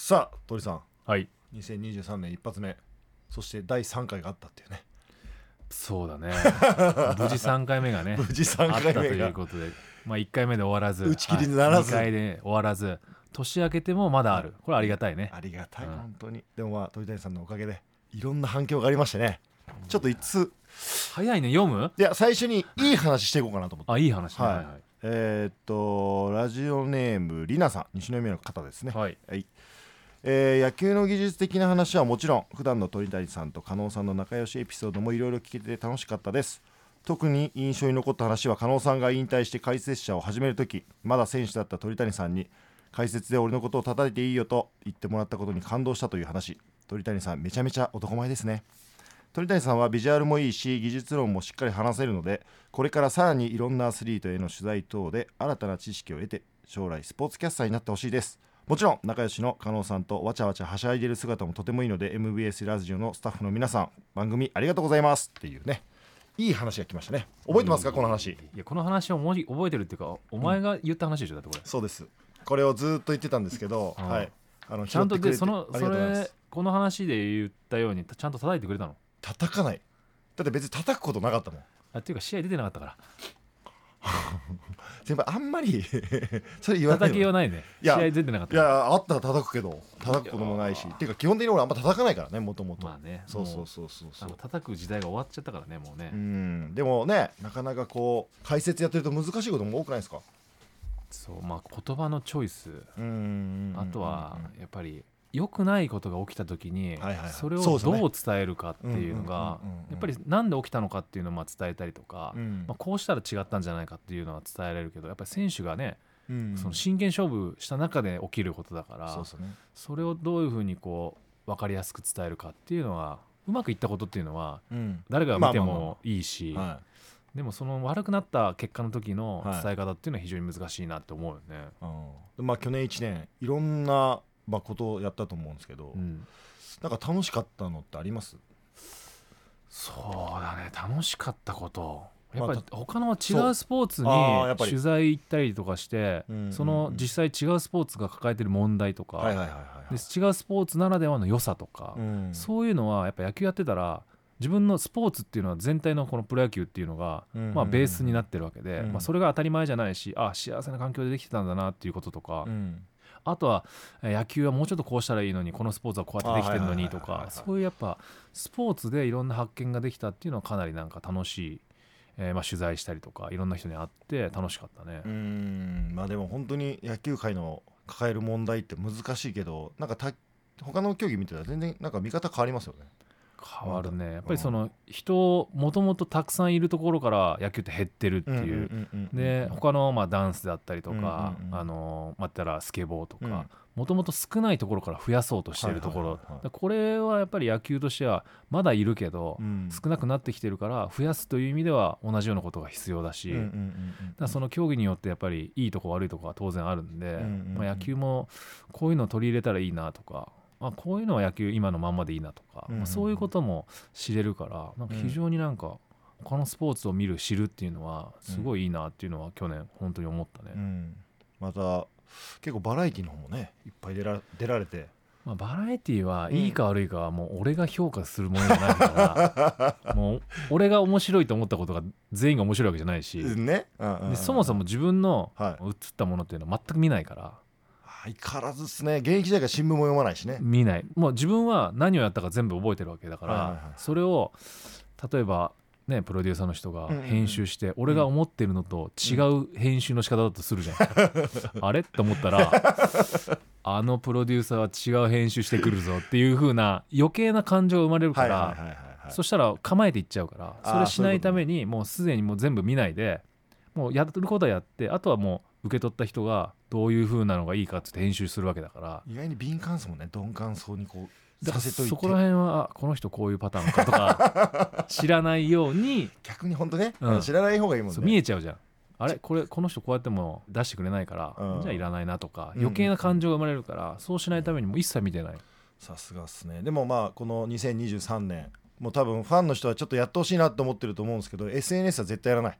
さあ鳥さん、 はい、 2023年一発目、そして第3回があったっていうね。 そうだね無事3回目がね無事3 あったと回目がいうことで、1回目で終わらず打ち切りにならず、 2回で終わらず年明けてもまだある。これありがたいね。 ありがたい、本当に。でも鳥谷さんのおかげでいろんな反響がありましてね。ちょっといつ早いね、読む。 いや最初にいい話していこうかなと思って。 いい話ね。 はい、ラジオネームりなさん、西宮の方ですね。 はい、 野球の技術的な話はもちろん、普段の鳥谷さんと加納さんの仲良しエピソードもいろいろ聞けて楽しかったです。特に印象に残った話は、加納さんが引退して解説者を始めるとき、まだ選手だった鳥谷さんに解説で俺のことを叩いていいよと言ってもらったことに感動したという話。鳥谷さんめちゃめちゃ男前ですね。鳥谷さんはビジュアルもいいし、技術論もしっかり話せるので、これからさらにいろんなアスリートへの取材等で新たな知識を得て、将来スポーツキャスターになってほしいです。もちろん仲良しの加納さんとわちゃわちゃはしゃいでる姿もとてもいいので、 MBS ラジオのスタッフの皆さん、番組ありがとうございますっていうね、いい話が来ましたね。覚えてますか、この話。 いや、この話を覚えてるっていうか、お前が言った話でしょ。だってこれ。 そうです。これをずっと言ってたんですけど、はい、 ちゃんとでそありがとうございます。 この話で言ったようにちゃんと叩いてくれたの。 叩かない。だって別に叩くことなかったもん。 っていうか試合出てなかったから先輩あんまりそれ言わないの。 叩きはないね。試合出てなかった。 いやあったら叩くけど、叩くこともないし、っていうか基本的に俺あんま叩かないからね、もともと。 まあね、 そう叩く時代が終わっちゃったからね、もうね。 でもね、なかなかこう解説やってると難しいことも多くないですか。 そう、言葉のチョイス、あとはやっぱり良くないことが起きた時に、それをどう伝えるかっていうのが、やっぱりなんで起きたのかっていうのを伝えたりとか、こうしたら違ったんじゃないかっていうのは伝えられるけど、やっぱり選手がね、その真剣勝負した中で起きることだから、それをどういうふうにこう分かりやすく伝えるかっていうのは、うまくいったことっていうのは誰が見てもいいし、でもその悪くなった結果の時の伝え方っていうのは非常に難しいなって思うよね。 去年1年いろんなことをやったと思うんですけど、なんか楽しかったのってあります？ そうだね、楽しかったこと、やっぱり他の違うスポーツに取材行ったりとかして、その実際違うスポーツが抱えてる問題とか、違うスポーツならではの良さとか、そういうのはやっぱ野球やってたら、自分のスポーツっていうのは全体のこのプロ野球っていうのがベースになってるわけで、それが当たり前じゃないし、幸せな環境でできてたんだなっていうこととか、あとは野球はもうちょっとこうしたらいいのに、このスポーツはこうやってできてるのにとか、そういうやっぱスポーツでいろんな発見ができたっていうのはかなりなんか楽しい、取材したりとかいろんな人に会って楽しかったね。 でも本当に野球界の抱える問題って難しいけど、なんか他の競技見てたら全然なんか見方変わりますよね。 変わるね。やっぱりその人もともとたくさんいるところから野球って減ってるっていう。で他のダンスだったりとか、ったらスケボーとか、もともと少ないところから増やそうとしているところ、これはやっぱり野球としてはまだいるけど、少なくなってきてるから増やすという意味では同じようなことが必要だし、その競技によってやっぱりいいとこ悪いとこは当然あるんで、野球もこういうのを取り入れたらいいなとか、こういうのは野球今のまんまでいいなとか、そういうことも知れるから、なんか非常になんか他のスポーツを見る知るっていうのはすごいいいなっていうのは去年本当に思ったね。 また結構バラエティの方もねいっぱい出られて、 バラエティはいいか悪いかはもう俺が評価するものじゃないから、もう俺が面白いと思ったことが全員が面白いわけじゃないし、でそもそも自分の映ったものっていうのは全く見ないから。 相変わらずですね。現役時代から新聞も読まないしね。 見ない。もう自分は何をやったか全部覚えてるわけだから、それを例えばね、プロデューサーの人が編集して、俺が思ってるのと違う編集の仕方だとするじゃん、あれって思ったらあのプロデューサーは違う編集してくるぞっていう風な余計な感情が生まれるから、そしたら構えていっちゃうから、それしないためにもうすでにもう全部見ないで、もうやることはやって、あとはもう受け取った人がどういう風なのがいいかって編集するわけだから。 意外に敏感そうね、鈍感そうにこうだからそこら辺はこの人こういうパターンかとか知らないように逆に本当ね、知らない方がいいもんね。 見えちゃうじゃん。あれこの人こうやっても出してくれないから、じゃあいらないなとか、余計な感情が生まれるから、そうしないためにも一切見てない。 さすがっすね。でもこの2023年もう多分ファンの人はちょっとやってほしいなと思ってると思うんですけど、 SNS は絶対やらない。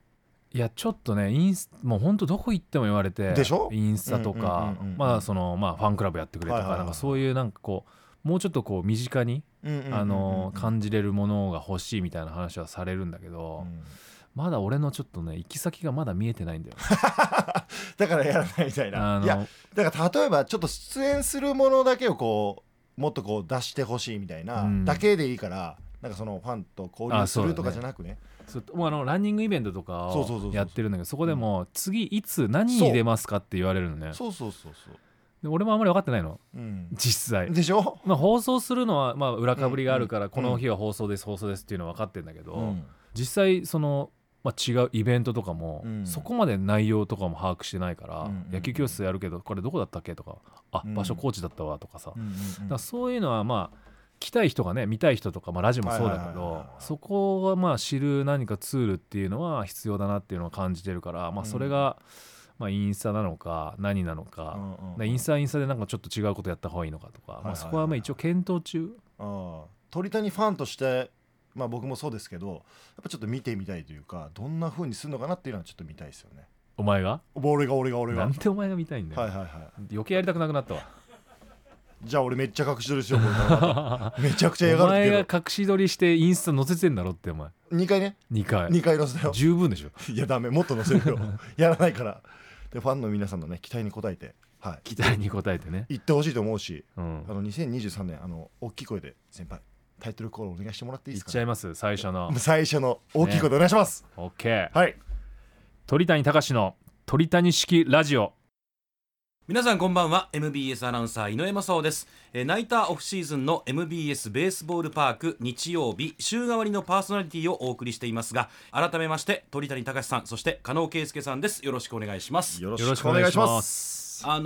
いやちょっとねもうほんとどこ行っても言われてでしょ。 インスタとかまあファンクラブやってくれとかなんかそういうなんかこうもうちょっとこう身近に感じれるものが欲しいみたいな話はされるんだけど、まだ俺のちょっとね行き先がまだ見えてないんだよだからやらないみたいな。いやだから例えばちょっと出演するものだけをこうもっとこう出してほしいみたいな、だけでいいからなんかそのファンと交流するとかじゃなくね。 もうランニングイベントとかをやってるんだけど、そこでも次いつ何に出ますかって言われるのね。 そうで俺もあんまり分かってないの、実際でしょ。 放送するのは裏かぶりがあるから、この日は放送ですっていうのは分かってるんだけど、実際その違うイベントとかも、そこまで内容とかも把握してないから、野球教室やるけどこれどこだったっけとか、場所高知だったわとかさ、だからそういうのは来たい人がね見たい人とか、ラジオもそうだけど、そこが知る何かツールっていうのは必要だなっていうのを感じてるから、それがインスタなのか何なのか、インスタでなんかちょっと違うことやった方がいいのかとか、そこは一応検討中。 鳥谷ファンとして僕もそうですけど、やっぱちょっと見てみたいというか、どんな風にするのかなっていうのはちょっと見たいですよね。 お前が？ 俺がなんでお前が見たいんだよ。余計やりたくなくなったわ。 じゃあ俺めっちゃ隠し撮りしよう。めちゃくちゃ嫌がるけど。お前が隠し撮りしてインスタ載せてんだろってお前。 2回ね。2回載せたよ。 十分でしょ。 いやダメ、もっと載せるよ。やらないから。でファンの皆さんのね期待に応えて、 期待に応えてね言ってほしいと思うし、2023年大きい声で先輩タイトルコールお願いしてもらっていいですか？ 言っちゃいます。最初の大きい声でお願いします。 オッケー。 はい。 鳥谷敬の鳥谷式ラジオ。 皆さんこんばんは。 MBS アナウンサー井上正雄です。ナイターオフシーズンの MBS ベースボールパーク日曜日週替わりのパーソナリティをお送りしていますが、改めまして鳥谷敬さん、そして加納圭介さんです。よろしくお願いします。 よろしくお願いします。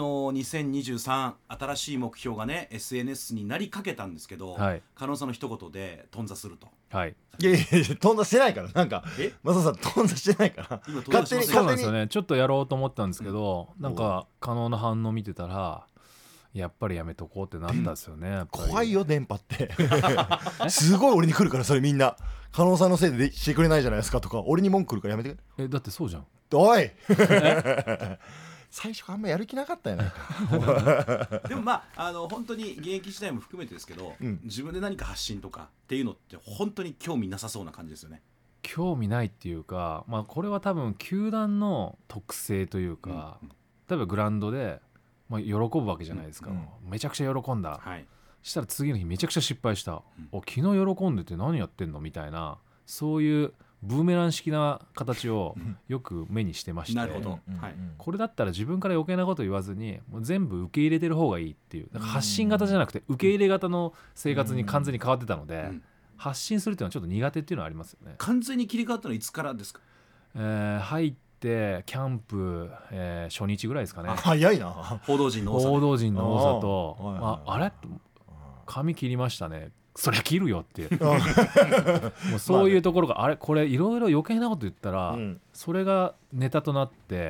2023新しい目標がね SNS になりかけたんですけど、加納さんの一言で頓挫すると。 いや頓挫してないから。なんかマサさん頓挫してないから今勝手にそうなんですよね。ちょっとやろうと思ったんですけど、なんか加納の反応見てたらやっぱりやめとこうってなったんですよね。やっぱり怖いよ電波ってすごい俺に来るから、それみんな加納さんのせいでしてくれないじゃないですかとか、俺に文句来るからやめてくれ。 だってそうじゃん。 おい最初あんまやる気なかったよねでも本当に現役時代も含めてですけど、自分で何か発信とかっていうのって本当に興味なさそうな感じですよね。 興味ないっていうか、これは多分球団の特性というか、例えばグラウンドで、喜ぶわけじゃないですか、めちゃくちゃ喜んだ、したら次の日めちゃくちゃ失敗した、昨日喜んでて何やってんのみたいな、そういうブーメラン式な形をよく目にしてまして、 なるほど、 これだったら自分から余計なこと言わずにもう全部受け入れてる方がいいっていう、発信型じゃなくて受け入れ型の生活に完全に変わってたので、発信するっていうのはちょっと苦手っていうのはありますよね。 完全に切り替わったのはいつからですか？ 入ってキャンプ、初日ぐらいですかね。 早いな。 報道陣の多さとあれ髪切りましたね。そりゃ切るよってもうそういうところが、あれこれいろいろ余計なこと言ったら、それがネタとなって、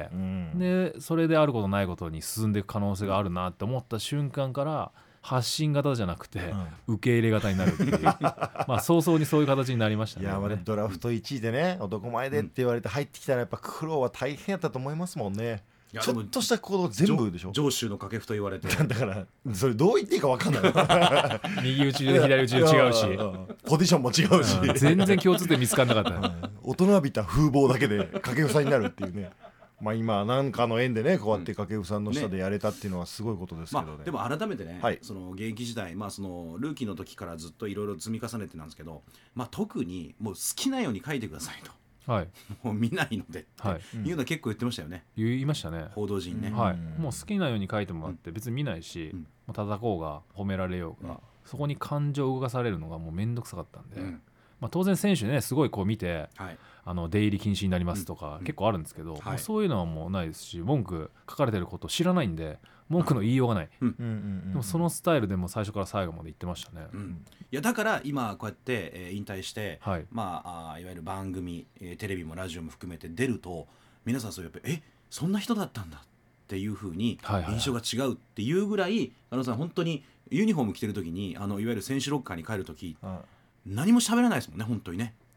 でそれであることないことに進んでいく可能性があるなって思った瞬間から発信型じゃなくて、受け入れ型になるっていう早々にそういう形になりましたね。 いやドラフト1位でね男前でって言われて入ってきたらやっぱ苦労は大変やったと思いますもんね。ちょっとした行動全部でしょ。 上州の掛布と言われてだからそれどう言っていいか分かんない右打ちで左打ちで違うしポジションも違うし全然共通点見つかんなかった大人びた風貌だけで掛布さんになるっていうね今なんかの縁でねこうやって掛布さんの下でやれたっていうのはすごいことですけどね。 でも改めてね、その現役時代、そのルーキーの時からずっといろいろ積み重ねてなんですけど、特にもう好きなように書いてくださいと。もう見ないのでっていうのは結構言ってましたよね。 言いましたね、 報道陣ね。 もう好きなように書いてもらって別に見ないし、叩こうが褒められようが、そこに感情を動かされるのがもうめんどくさかったんで、当然選手ねすごいこう見て、出入り禁止になりますとか結構あるんですけど、そういうのはもうないですし、文句書かれてることを知らないんで文句の言いようがない、でもそのスタイルでも最初から最後まで言ってましたね。 いやだから今こうやって引退して、いわゆる番組テレビもラジオも含めて出ると、皆さんそうやっぱりそんな人だったんだっていう風に印象が違うっていうぐらい、加納さん本当にユニフォーム着てる時にいわゆる選手ロッカーに帰る時、何も喋らないですもんね本当にね。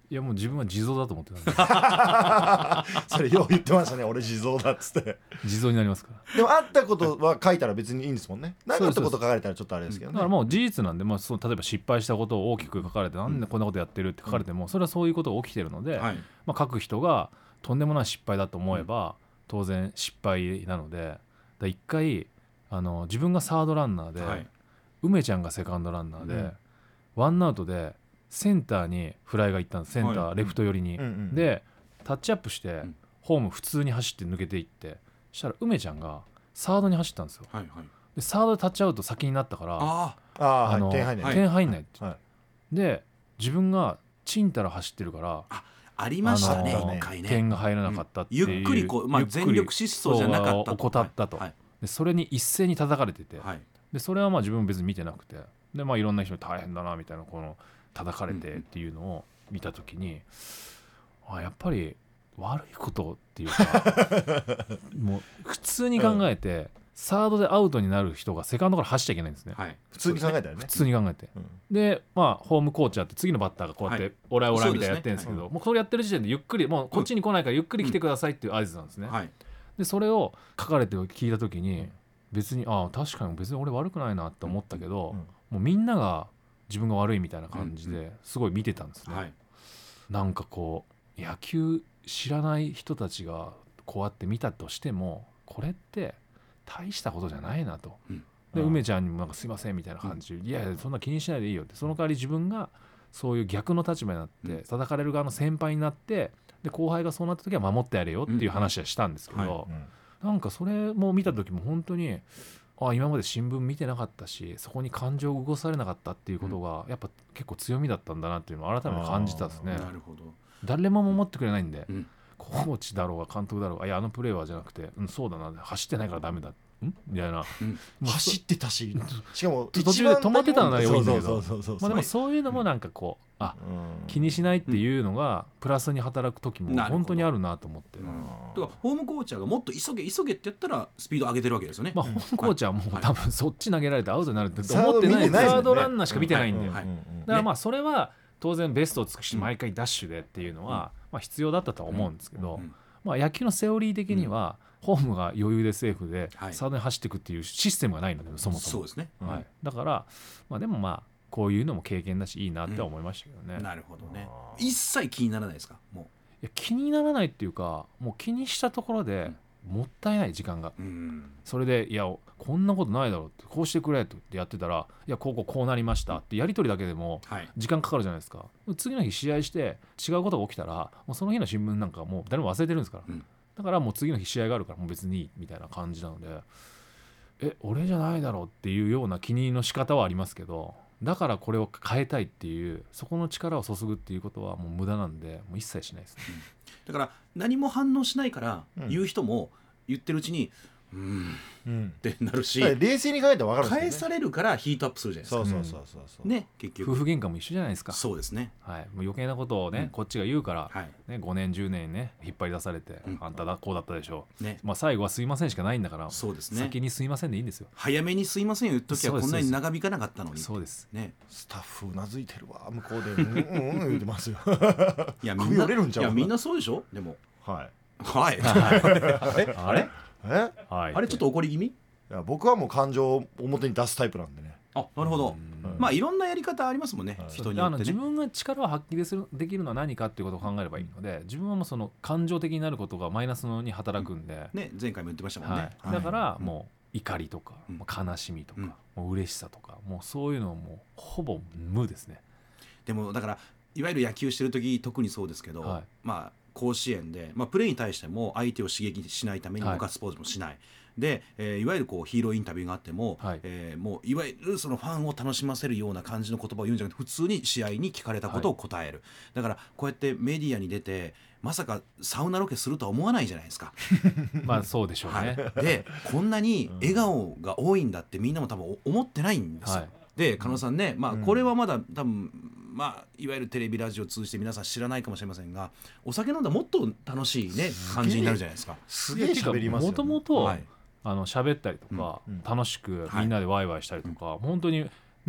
いやもう自分は地蔵だと思ってたんでそれよう言ってましたね、俺地蔵だっつって。 地蔵になりますから。 でもあったことは書いたら別にいいんですもんね。なかったこと書かれたらちょっとあれですけどね。 だからもう事実なんで、まあ、その例えば失敗したことを大きく書かれて、なんでこんなことやってるって書かれても、それはそういうことが起きてるので、 はいまあ、書く人がとんでもない失敗だと思えば当然失敗なので、一回自分がサードランナーで、 はい梅ちゃんがセカンドランナーで、ワンアウトでセンターにフライが行ったんです。センター、 はいレフト寄りに、でタッチアップして、ホーム普通に走って抜けていって、そしたら梅ちゃんがサードに走ったんですよ。 はいはいでサードでタッチアウト先になったから点入んない、 点入んないって、 はいで自分がチンタラ走ってるからありましたね一回ね。 点が入らなかったっていう、 ゆっくりこう、まあ、全力疾走じゃなかったと怠ったと、 はいでそれに一斉に叩かれてて、 はいでそれはまあ自分別に見てなくて、でまあいろんな人に大変だなみたいな、この叩かれてっていうのを見た時に、やっぱり悪いことっていうかもう普通に考えて、サードでアウトになる人がセカンドから走っちゃいけないんですね、 はい、 普通に考えたらね。 普通に考えて、でまあホームコーチあって次のバッターがこうやって、 はいオラオラみたいなやってるんですけど、 そうもうこれやってる時点でゆっくり、もうこっちに来ないからゆっくり来てくださいっていう合図なんですね、 はいでそれを書かれて聞いた時に、別に確かに別に俺悪くないなって思ったけど、もうみんなが自分が悪いみたいな感じですごい見てたんですね、 はい、 なんかこう野球知らない人たちがこうやって見たとしても、これって大したことじゃないなと、で梅ちゃんにもなんかすいませんみたいな感じで、いやいやそんな気にしないでいいよって、その代わり自分がそういう逆の立場になって叩かれる側の先輩になって、で後輩がそうなった時は守ってやれよっていう話はしたんですけど、なんかそれも見た時も本当に今まで新聞見てなかったし、そこに感情を動かされなかったっていうことがやっぱ結構強みだったんだなっていうのを改めて感じたんですね。 なるほど。 誰も守ってくれないんで、コーチだろうが監督だろうが、いやプレーはじゃなくて、そうだな、走ってないからダメだみたいな、 走ってたし、しかも途中で止まってたのは良いんだけど、でもそういうのもなんかこう気にしないっていうのがプラスに働く時も本当にあるなと思って、 だからホームコーチャーがもっと急げってやったらスピード上げてるわけですよね。 ホームコーチャーはもう多分そっち投げられてアウトになるって思ってない、サードランナーしか見てないんで、だからまあそれは当然ベストを尽くして毎回ダッシュでっていうのはまあ必要だったとは思うんですけど、まあ野球のセオリー的にはホームが余裕でセーフでサードに走っていくっていうシステムがないので、そもそもそうですね、 だからまあでもまあこういうのも経験だしいいなって思いましたけどね。 なるほどね。一切気にならないですか？もういや気にならないっていうか、もう気にしたところでもったいない時間が、それでいやこんなことないだろうって、こうしてくれってやってたら、いやこうなりましたってやり取りだけでも時間かかるじゃないですか、次の日試合して違うことが起きたらもうその日の新聞なんかもう誰も忘れてるんですから、だからもう次の日試合があるからもう別にいいみたいな感じなので、俺じゃないだろうっていうような気にの仕方はありますけど、だからこれを変えたいっていうそこの力を注ぐっていうことはもう無駄なんで、もう一切しないですね、 だから何も反応しないから言う人も言ってるうちにってなるし、 冷静に考えたら分かるんですよね。 返されるからヒートアップするじゃないですか。そうね、結局夫婦喧嘩も一緒じゃないですか。 そうですね、 はい、もう余計なことをね、こっちが言うから、ね、5年10年ね引っ張り出されて、あんただこうだったでしょう、まあ、最後はすいませんしかないんだから、そうですね、先にすいませんでいいんですよ。 早めにすいませんよ言っときはこんなに長引かなかったのに。 そうですね。 スタッフうなずいてるわ、向こうで言ってますよ。 いやみんなそうでしょ。でもはいあれあれちょっと怒り気味。いや僕はもう感情を表に出すタイプなんでね。 なるほど。まあいろんなやり方ありますもんね、人によってね。 自分が力を発揮できるのは何かっていうことを考えればいいので、自分はもうその感情的になることがマイナスのに働くんで、 ね、前回も言ってましたもんね。 だからもう怒りとか悲しみとかもう嬉しさとか、もうそういうのもほぼ無ですね。 でもだからいわゆる野球してる時特にそうですけど、まあ甲子園で、プレーに対しても相手を刺激しないためにガッツポーズもしないで、いわゆるこうヒーローインタビューがあっても、もういわゆるそのファンを楽しませるような感じの言葉を言うんじゃなくて、普通に試合に聞かれたことを答える、だからこうやってメディアに出てまさかサウナロケするとは思わないじゃないですか。 まあそうでしょうね、 でこんなに笑顔が多いんだってみんなも多分思ってないんですよ、で加納さんね、これはまだ多分いわゆるテレビラジオを通じて皆さん知らないかもしれませんが、お酒飲んだらもっと楽しいね感じになるじゃないですか。 すげえ喋りますよね。 もともと喋ったりとか、楽しくみんなでワイワイしたりとか、本当にね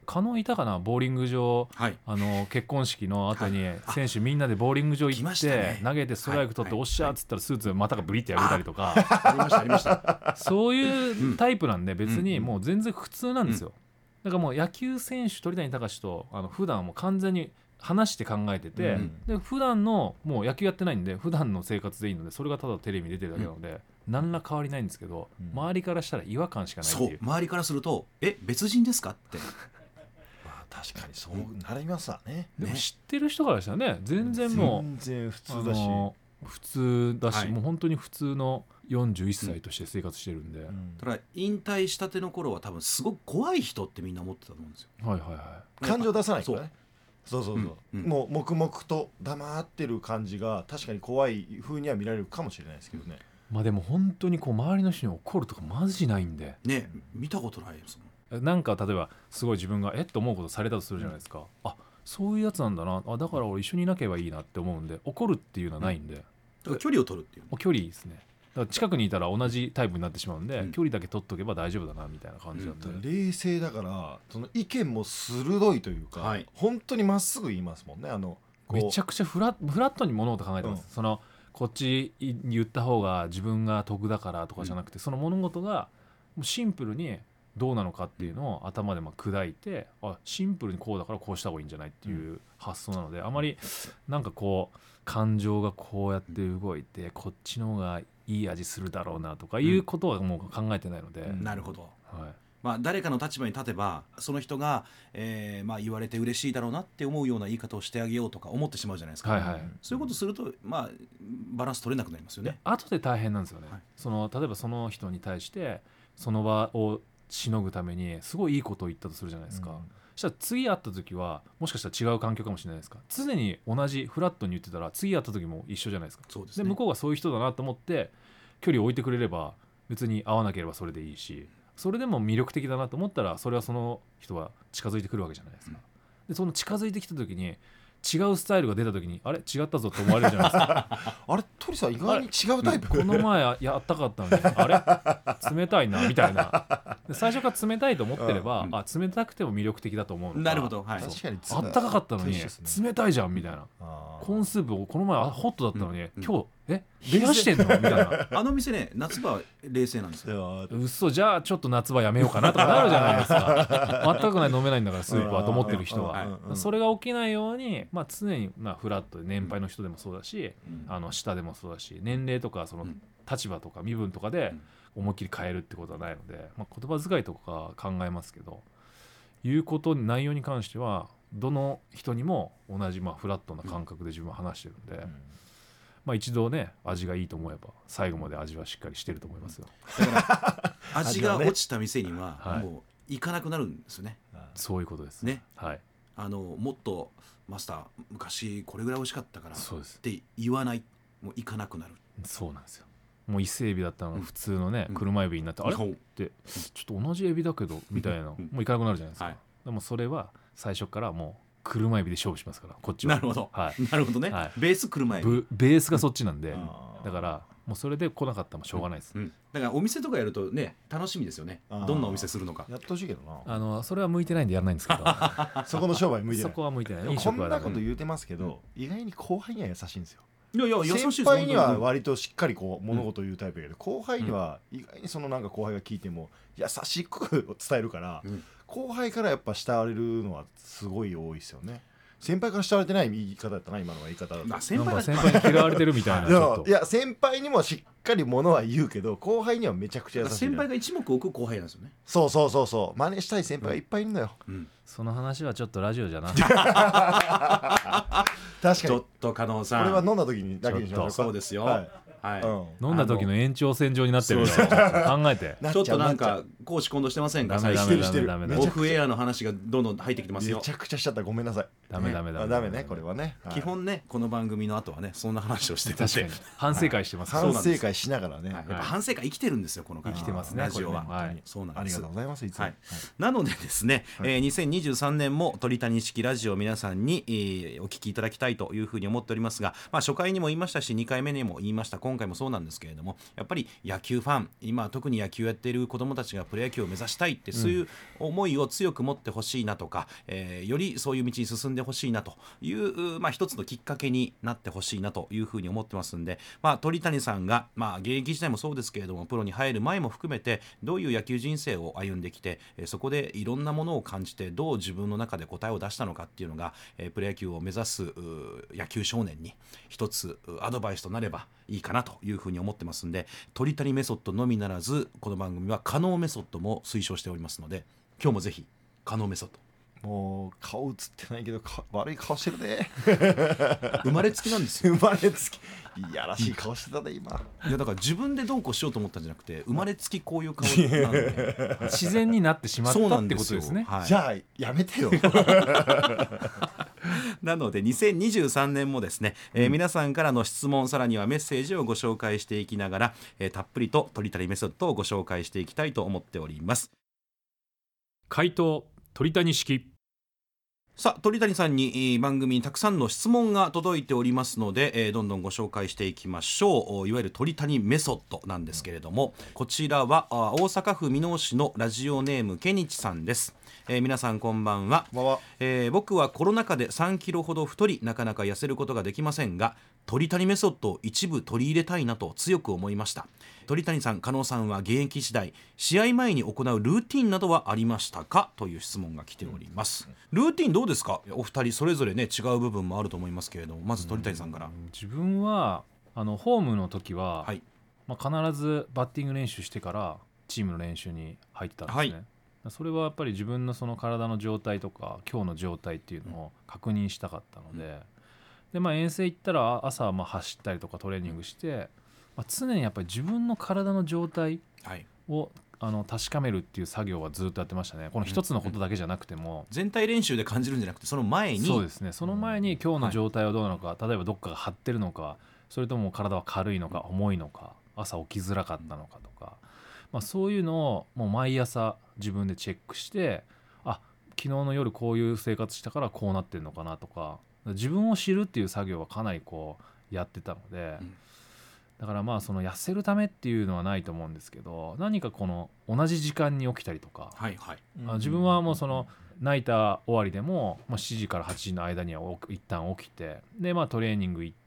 加納いたかな、ボーリング場、 はい、 結婚式の後に選手みんなでボーリング場行って、 ね、 投げてストライク取っておっしゃっつったらスーツまたがブリって破れたりとか、 ありましたありましたそういうタイプなんで別にもう全然普通なんですよ。だからもう野球選手鳥谷敬と普段はもう完全に話して考えてて、で普段のもう野球やってないんで普段の生活でいいので、それがただテレビに出てるだけなので、何ら変わりないんですけど、周りからしたら違和感しかないっていう。 そう、周りからすると別人ですかって確かにそうなりますわね。 でも知ってる人からしたらね、全然もう全然普通だし、 普通だし、 はい、 もう本当に普通の41歳として生活してるんで、 ただ引退したての頃は多分すごく怖い人ってみんな思ってたと思うんですよ。 はいはいはい。 感情出さないからね。そう、もう黙々と黙ってる感じが確かに怖い風には見られるかもしれないですけどね。 まあでも本当にこう周りの人に怒るとかマジないんでね、見たことないですもん。 なんか例えばすごい自分がと思うことされたとするじゃないですか、あ、そういうやつなんだな、だから俺一緒にいなければいいなって思うんで、怒るっていうのはないんで、 距離を取るっていう、 距離ですね。だから近くにいたら同じタイプになってしまうんで、距離だけ取っとけば大丈夫だなみたいな感じなんで、 冷静だからその意見も鋭いというか、本当にまっすぐ言いますもんね。 めちゃくちゃフラットに物事考えてます、そのこっち言った方が自分が得だからとかじゃなくて、その物事がシンプルにどうなのかっていうのを頭で砕いて、シンプルにこうだからこうした方がいいんじゃないっていう発想なので、あまりなんかこう感情がこうやって動いてこっちの方がいい味するだろうなとかいうことはもう考えてないので、 なるほど、 はい、 誰かの立場に立てばその人が、言われて嬉しいだろうなって思うような言い方をしてあげようとか思ってしまうじゃないですか、 はいはい、 そういうことすると、バランス取れなくなりますよね。 後で大変なんですよね、例えばその人に対してその場をしのぐためにすごいいいことを言ったとするじゃないですか、そしたら次会った時はもしかしたら違う環境かもしれないですか、常に同じフラットに言ってたら次会った時も一緒じゃないですか。 そうですね。 で向こうがそういう人だなと思って距離を置いてくれれば別に会わなければそれでいいし、それでも魅力的だなと思ったらそれはその人は近づいてくるわけじゃないですか、でその近づいてきた時に違うスタイルが出た時にあれ違ったぞって思われるじゃないですかあれ鳥さん意外に違うタイプ、 この前やったかったのにあれ冷たいなみたいな、で最初から冷たいと思ってれば、冷たくても魅力的だと思うのか、 なるほど、はい、 確かにあったかかったのに冷たいじゃんみたいな、コーンスープをこの前ホットだったのに、今日冷やしてんのみたいな店ね夏場は冷静なんですよ。 嘘、じゃあちょっと夏場やめようかなとかなるじゃないですか全くない、飲めないんだからスープはと思ってる人は、それが起きないように、常にフラットで、年配の人でもそうだし、下でもそうだし、年齢とかその立場とか身分とかで思いっきり変えるってことはないので、言葉遣いとか考えますけど、言うこと内容に関してはどの人にも同じフラットな感覚で自分は話してるんで、一度ね味がいいと思えば最後まで味はしっかりしてると思いますよ。 だから味が落ちた店にはもう行かなくなるんですよね。 そういうことですね。 はい、 もっとマスター昔これぐらい美味しかったからそうですって言わない、もう行かなくなる。 そうなんですよ。もう伊勢エビだったのが普通のね、車エビになって、あれってちょっと同じエビだけどみたいな、もう行かなくなるじゃないですか、でもそれは最初からもう車エビで勝負しますからこっちは。 なるほど、 はい、 なるほどね、ベース車エビ、 ベースがそっちなんで、だからもうそれで来なかったらもしょうがないです、 だからお店とかやるとね楽しみですよね。どんなお店するのかやってほしいけどな。 それは向いてないんでやらないんですけどそこの商売向いてない、 そこは向いてない。 こんなこと言うてますけど、意外に後輩には優しいんですよ。 いや優しいです。 先輩には割としっかり物事を言うタイプだけど、後輩には意外にそのなんか後輩が聞いても優しく伝えるから、後輩からやっぱ慕われるのはすごい多いですよね。先輩から慕われてない言い方だったな、今のは言い方だと。 先輩に嫌われてるみたいな。 いや先輩にもしっかりものは言うけど、後輩にはめちゃくちゃ優しい。 先輩が一目置く後輩なんですよね。 そう真似したい先輩がいっぱいいるんだよ、 その話はちょっとラジオじゃな確かにちょっと加納さん、 これは飲んだ時にだけにしましょうか。 そうですよ、 飲んだ時の延長線上になってるよ。考えてちょっとなんか公私混同してませんか。 ダメオフエアの話がどんどん入ってきてますよ。 めちゃくちゃしちゃった、ごめんなさい。 ダメね、これはね。 基本ねこの番組の後はねそんな話をしてたし、 反省会してます。 反省会しながらね、 やっぱ反省会生きてるんですよ、この生きてますね、 ラジオは。 そうなんです。ありがとうございます。いつもなのでですね、2023年も鳥谷式ラジオを皆さんにお聞きいただきたいというふうに思っておりますが、初回にも言いましたし2回目にも言いました。 今回もそうなんですけれども、やっぱり野球ファン、今特に野球やっている子どもたちがプロ野球を目指したいって、そういう思いを強く持ってほしいなとか、よりそういう道に進んでほしいなという、一つのきっかけになってほしいなというふうに思ってますんで、鳥谷さんが、現役時代もそうですけれどもプロに入る前も含めてどういう野球人生を歩んできて、そこでいろんなものを感じてどう自分の中で答えを出したのかっていうのが、プロ野球を目指す野球少年に一つアドバイスとなればいいかなというふうに思ってますんで、鳥谷メソッドのみならずこの番組は可能メソッドも推奨しておりますので、今日もぜひ可能メソッド。もう顔映ってないけど悪い顔してるね生まれつきなんですよ。 生まれつきいやらしい顔してたね今。 いやだから自分でどうこうしようと思ったんじゃなくて、生まれつきこういう顔なんで自然になってしまったってことですね。 じゃあやめてよなので2023年もですね、皆さんからの質問、さらにはメッセージをご紹介していきながら、たっぷりと鳥谷メソッドをご紹介していきたいと思っております。 回答鳥谷式。 さあ、鳥谷さんに番組にたくさんの質問が届いておりますので、どんどんご紹介していきましょう。いわゆる鳥谷メソッドなんですけれども、こちらは大阪府箕面市のラジオネームけにちさんです。皆さんこんばんは。僕はコロナ禍で3キロほど太り、なかなか痩せることができませんが、鳥谷メソッドを一部取り入れたいなと強く思いました。鳥谷さん、加納さんは現役時代試合前に行うルーティンなどはありましたか、という質問が来ております。ルーティンどうですか。お二人それぞれね違う部分もあると思いますけれども、まず鳥谷さんから。 自分はホームの時は、 はい、 必ずバッティング練習してからチームの練習に入ってたんですね。はい、それはやっぱり自分のその体の状態とか今日の状態っていうのを確認したかったので、遠征行ったら朝走ったりとかトレーニングして、常にやっぱり自分の体の状態を、確かめるっていう作業はずっとやってましたね。この一つのことだけじゃなくても、 全体練習で感じるんじゃなくてその前に。 そうですね、その前に今日の状態はどうなのか、例えばどっかが張ってるのか、それとも体は軽いのか重いのか、朝起きづらかったのかとか、そういうのをもう毎朝自分でチェックして、昨日の夜こういう生活したからこうなってるのかなとか、自分を知るっていう作業はかなりやってたので、だからその痩せるためっていうのはないと思うんですけど、何かこの同じ時間に起きたりとか、自分はもうそのナイター終わりでも、7時から8時の間には一旦起きて、でトレーニング行って、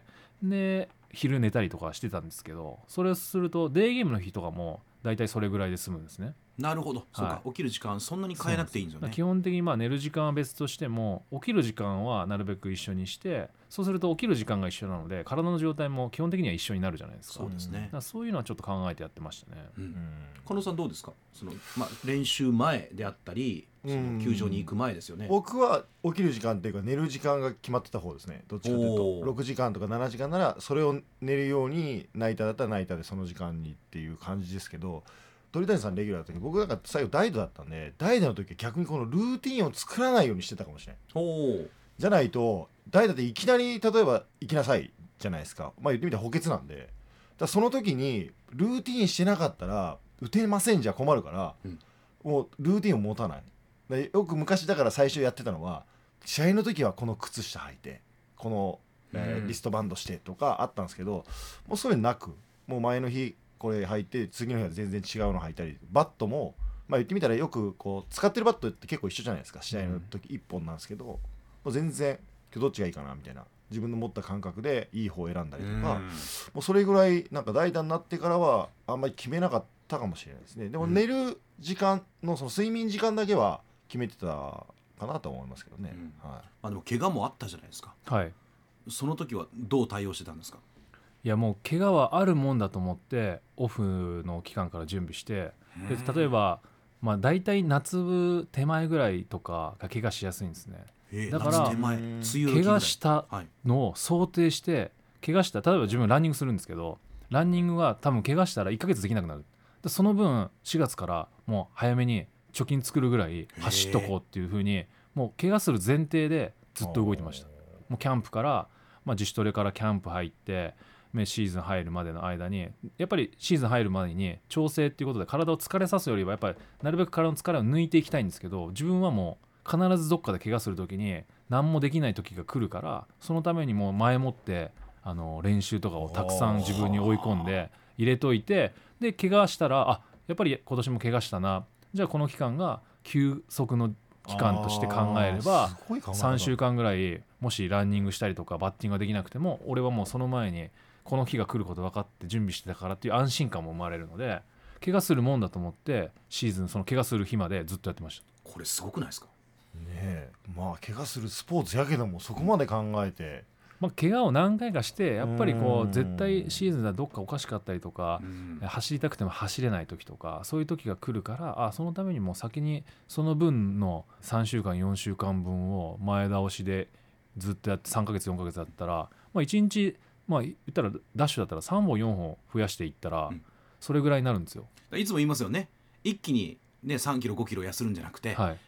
で昼寝たりとかしてたんですけど、それをするとデーゲームの日とかもだいたいそれぐらいで済むんですね。 なるほど、そうか、起きる時間そんなに変えなくていいんですよね。 基本的に寝る時間は別としても起きる時間はなるべく一緒にして、そうすると起きる時間が一緒なので体の状態も基本的には一緒になるじゃないですか。 そうですね。 そういうのはちょっと考えてやってましたね。 加納さんどうですか。練習前であったり、その球場に行く前ですよね。 僕は起きる時間っていうか寝る時間が決まってた方ですね。どっちかというと6時間とか7時間ならそれを寝るように、ナイターだったらナイターでその時間にっていう感じですけど、鳥谷さんレギュラーだったけど、僕なんか最後代打だったんで、代打の時は逆にこのルーティンを作らないようにしてたかもしれない。じゃないと代打でいきなり例えば行きなさいじゃないですか。言ってみたら補欠なんで、その時にルーティンしてなかったら打てませんじゃ困るから、もうルーティンを持たない。よく昔だから最初やってたのは、試合の時はこの靴下履いてこの、リストバンドしてとかあったんですけど、もうそういうのなく、もう前の日これ履いて次の日は全然違うの履いたり、バットも言ってみたらよく使ってるバットって結構一緒じゃないですか。試合の時1本なんですけど、もう全然今日どっちがいいかなみたいな、自分の持った感覚でいい方を選んだりとか、もうそれぐらいなんか代打になってからはあんまり決めなかったかもしれないですね。でも寝る時間のその睡眠時間だけは決めてたかなと思いますけどね。 でも怪我もあったじゃないですか。その時はどう対応してたんですか。 いやもう怪我はあるもんだと思ってオフの期間から準備して、で例えば大体夏手前ぐらいとかが怪我しやすいんですね。だから怪我したのを想定して、怪我した例えば自分ランニングするんですけど、ランニングは多分怪我したら1ヶ月できなくなる。その分4月からもう早めに貯金作るぐらい走っとこうっていう風に、もう怪我する前提でずっと動いてました。もうキャンプから、自主トレからキャンプ入ってシーズン入るまでの間に、やっぱりシーズン入る前に調整っていうことで体を疲れさすよりはやっぱりなるべく体の疲れを抜いていきたいんですけど、自分はもう必ずどっかで怪我する時に何もできない時が来るから、そのためにもう前もって練習とかをたくさん自分に追い込んで入れといて、で怪我したらやっぱり今年も怪我したな、じゃあこの期間が休息の期間として考えれば3週間ぐらいもしランニングしたりとかバッティングができなくても俺はもうその前にこの日が来ること分かって準備してたからっていう安心感も生まれるので、怪我するもんだと思ってシーズンその怪我する日までずっとやってました。 これすごくないですかねえ、まあ怪我するスポーツやけどもそこまで考えて、 怪我を何回かしてやっぱりこう絶対シーズンではどっかおかしかったりとか、走りたくても走れない時とかそういう時が来るから、そのためにもう先にその分の3週間4週間分を前倒しでずっとやって3ヶ月4ヶ月だったら、1日言ったらダッシュだったら3本4本増やしていったらそれぐらいになるんですよ。 いつも言いますよね、一気に、ね、3キロ5キロ痩せるんじゃなくて、 はい、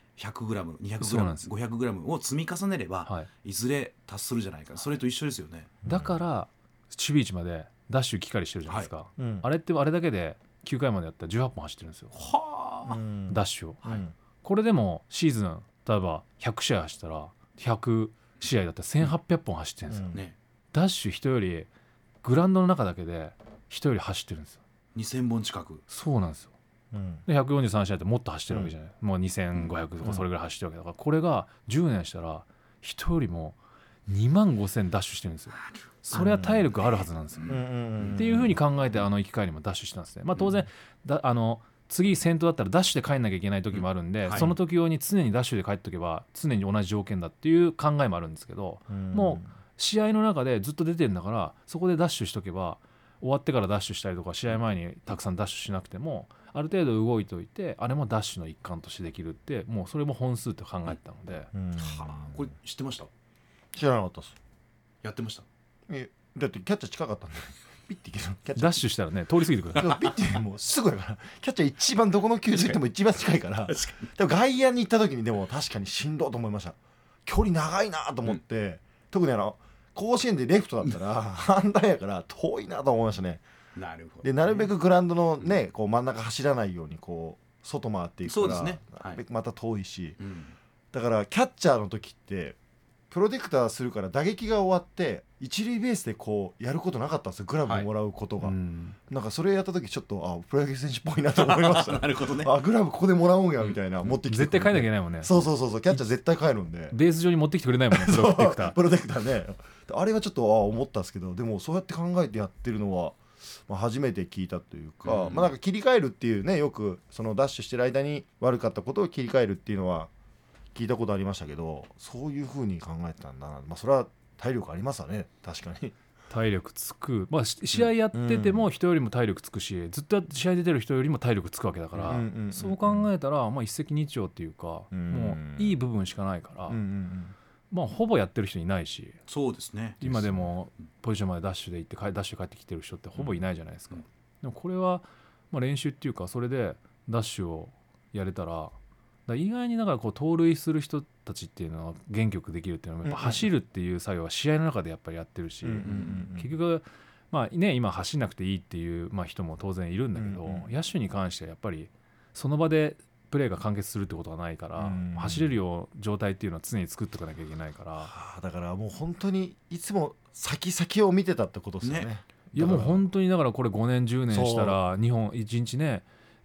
100g、200g、500g を積み重ねれば、いずれ達するじゃないか、それと一緒ですよね。 だから守備位置までダッシュきかりしてるじゃないですか、あれってあれだけで9回までやったら18本走ってるんですよ、ダッシュを、これでもシーズン例えば100試合走ったら100試合だったら1800本走ってるんですよ、ダッシュ人よりグラウンドの中だけで人より走ってるんですよ。 2000本近く。 そうなんですよ、で143試合ってもっと走ってるわけじゃない、もう2500とかそれぐらい走ってるわけだから、これが10年したら人よりも2万5000ダッシュしてるんですよ。それは体力あるはずなんですよ、っていう風に考えて行き帰りもダッシュしたんですね。当然次先頭だったらダッシュで帰んなきゃいけない時もあるんで、その時用に常にダッシュで帰っておけば常に同じ条件だっていう考えもあるんですけど、もう試合の中でずっと出てるんだからそこでダッシュしとけば終わってからダッシュしたりとか試合前にたくさんダッシュしなくてもある程度動いておいてあれもダッシュの一環としてできるって、もうそれも本数って考えてたので、 これ知ってました？ 知らなかったです。 やってました？ だってキャッチャー近かったんでピッていけるダッシュしたらね通り過ぎてくるピッてもうすぐだからキャッチャー一番どこの球場行っても一番近いからでも外野に行った時にでも確かにしんどいと思いました。距離長いなと思って、特に甲子園でレフトだったら反対やから遠いなと思いましたね。 なるほど、 でなるべくグラウンドのねこう真ん中走らないようにこう外回っていくから、 そうですね、 なるべくまた遠いし、だからキャッチャーの時ってプロテクターするから打撃が終わって一塁ベースでこうやることなかったんですよ、グラブもらうことが、なんかそれやった時ちょっとプロ野球選手っぽいなと思いましたなるほどね。 グラブここでもらうんやみたいな、持ってきて絶対帰んなきゃいけないもんね。 そうキャッチャー絶対帰るんでベース上に持ってきてくれないもんねプロテクタープロテクターねあれはちょっと思ったんですけど、でもそうやって考えてやってるのは、初めて聞いたというか、なんか切り替えるっていうね、よくそのダッシュしてる間に悪かったことを切り替えるっていうのは聞いたことありましたけど、そういう風に考えてたんだな。それは体力ありますわね、確かに体力つく、試合やってても人よりも体力つくし、ずっと試合出てる人よりも体力つくわけだから、そう考えたら、一石二鳥っていうか、もういい部分しかないから、ほぼやってる人いないし、 そうですね、 今でもポジションまでダッシュで行ってダッシュ帰ってきてる人ってほぼいないじゃないですか、でもこれは練習っていうか、それでダッシュをやれたら、意外にこう盗塁する人たちっていうのは元気できるっていうのはやっぱ走るっていう作業は試合の中でやっぱりやってるし、結局今走んなくていいっていう人も当然いるんだけど、野手に関してはやっぱりその場でプレーが完結するってことはないから、走れるよう状態っていうのは常に作っておかなきゃいけないから、 だからもう本当にいつも先を見てたってことですよね。 いやもう本当にだからこれ5年10年したら2本1日ね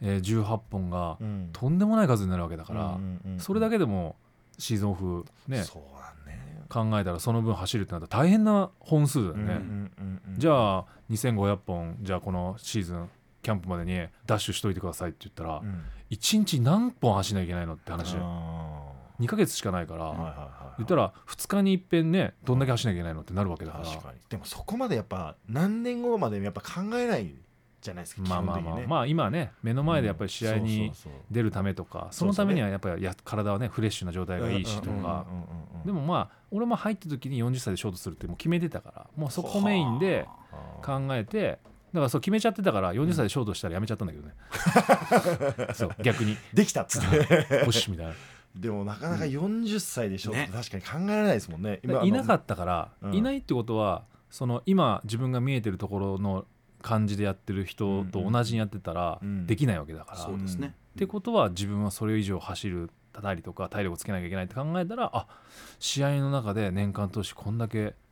18本がとんでもない数になるわけだから、それだけでもシーズンオフね考えたらその分走るってなったら大変な本数だよね。じゃあ2500本じゃあこのシーズンキャンプまでにダッシュしといてくださいって言ったら、1日何本走んなきゃいけないのって話。2ヶ月しかないから、言ったら2日に一遍ねどんだけ走んなきゃいけないのってなるわけだから。 確かに。でもそこまでやっぱ何年後までやっぱ考えないじゃないですか。 今ね目の前でやっぱり試合に出るためとか、そのためにはやっぱり体はねフレッシュな状態がいいしとか、でも俺も入った時に40歳でショートするってもう決めてたから、もうそこメインで考えて、だからそう決めちゃってたから40歳でショートしたらやめちゃったんだけどねそう逆にできたっつってよしみたいな。 でもなかなか40歳でショートって確かに考えられないですもんね。 いなかったから、いないってことはその今自分が見えてるところの感じでやってる人と同じにやってたらできないわけだから、 そうですね。 ってことは自分はそれ以上走るたりとか体力つけなきゃいけないって考えたら、試合の中で年間通してこんだけ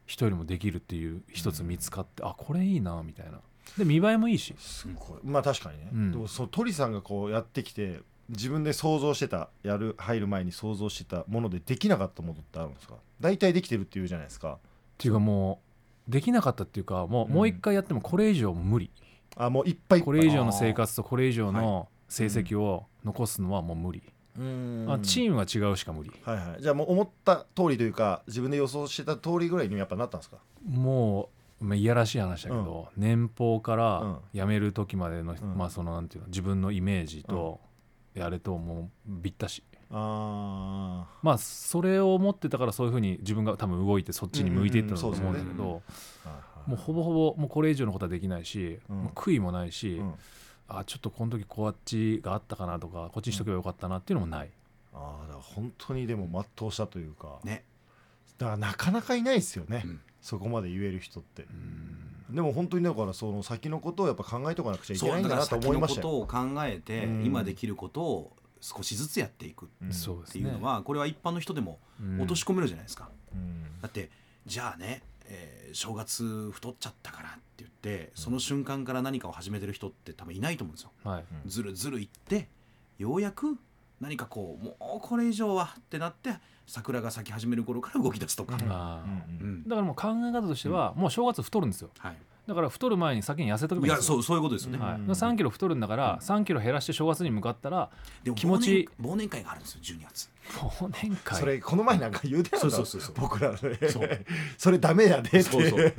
人よりもできるっていう一つ見つかって、あこれいいなみたいな。で見栄えもいいし、 すごいまあ確かにね、 うん、 でもその鳥さんがこうやってきて自分で想像してた入る前に想像してたものでできなかったものってあるんですか？大体できてるっていうじゃないですか。 っていうかもうできなかったっていうかもう一回やってもこれ以上無理。 もういっぱいこれ以上の生活とこれ以上の成績を残すのはもう無理。チームが違うしか無理。 はいはい。じゃあもう思った通りというか自分で予想してた通りぐらいにやっぱなったんですか？ もういやらしい話だけど、年俸から辞める時までの、まあそのなんていうの自分のイメージと、あれともうびったし。まあそれを思ってたからそういうふうに自分が多分動いてそっちに向いていったと思うんだけど、もうほぼほぼもうこれ以上のことはできないし、もう悔いもないし、ちょっとこの時こっちがあったかなとかこっちにしとけばよかったなっていうのもない。 だから本当にでも全うしたというか、 ね、 だからなかなかいないですよね、そこまで言える人って。でも本当にだからその先のことをやっぱ考えとかなくちゃいけないんだなと思いましたよ。 そうだから先のことを考えて、今できることを少しずつやっていくっていうのは、これは一般の人でも落とし込めるじゃないですか。だってじゃあね、正月太っちゃったからって言ってその瞬間から何かを始めてる人って多分いないと思うんですよ。ずるずるいってようやく何かこうもうこれ以上はってなって桜が咲き始める頃から動き出すとか、だからもう考え方としては、もう正月太るんですよ。だから太る前に先に痩せとけばいいんですよ。 そういうことですよね。 3キロ太るんだから3キロ減らして正月に向かったら気持ち忘年会があるんですよ12月。 忘年会それこの前なんか言うてたんだ。 そう僕らでそれダメやでって。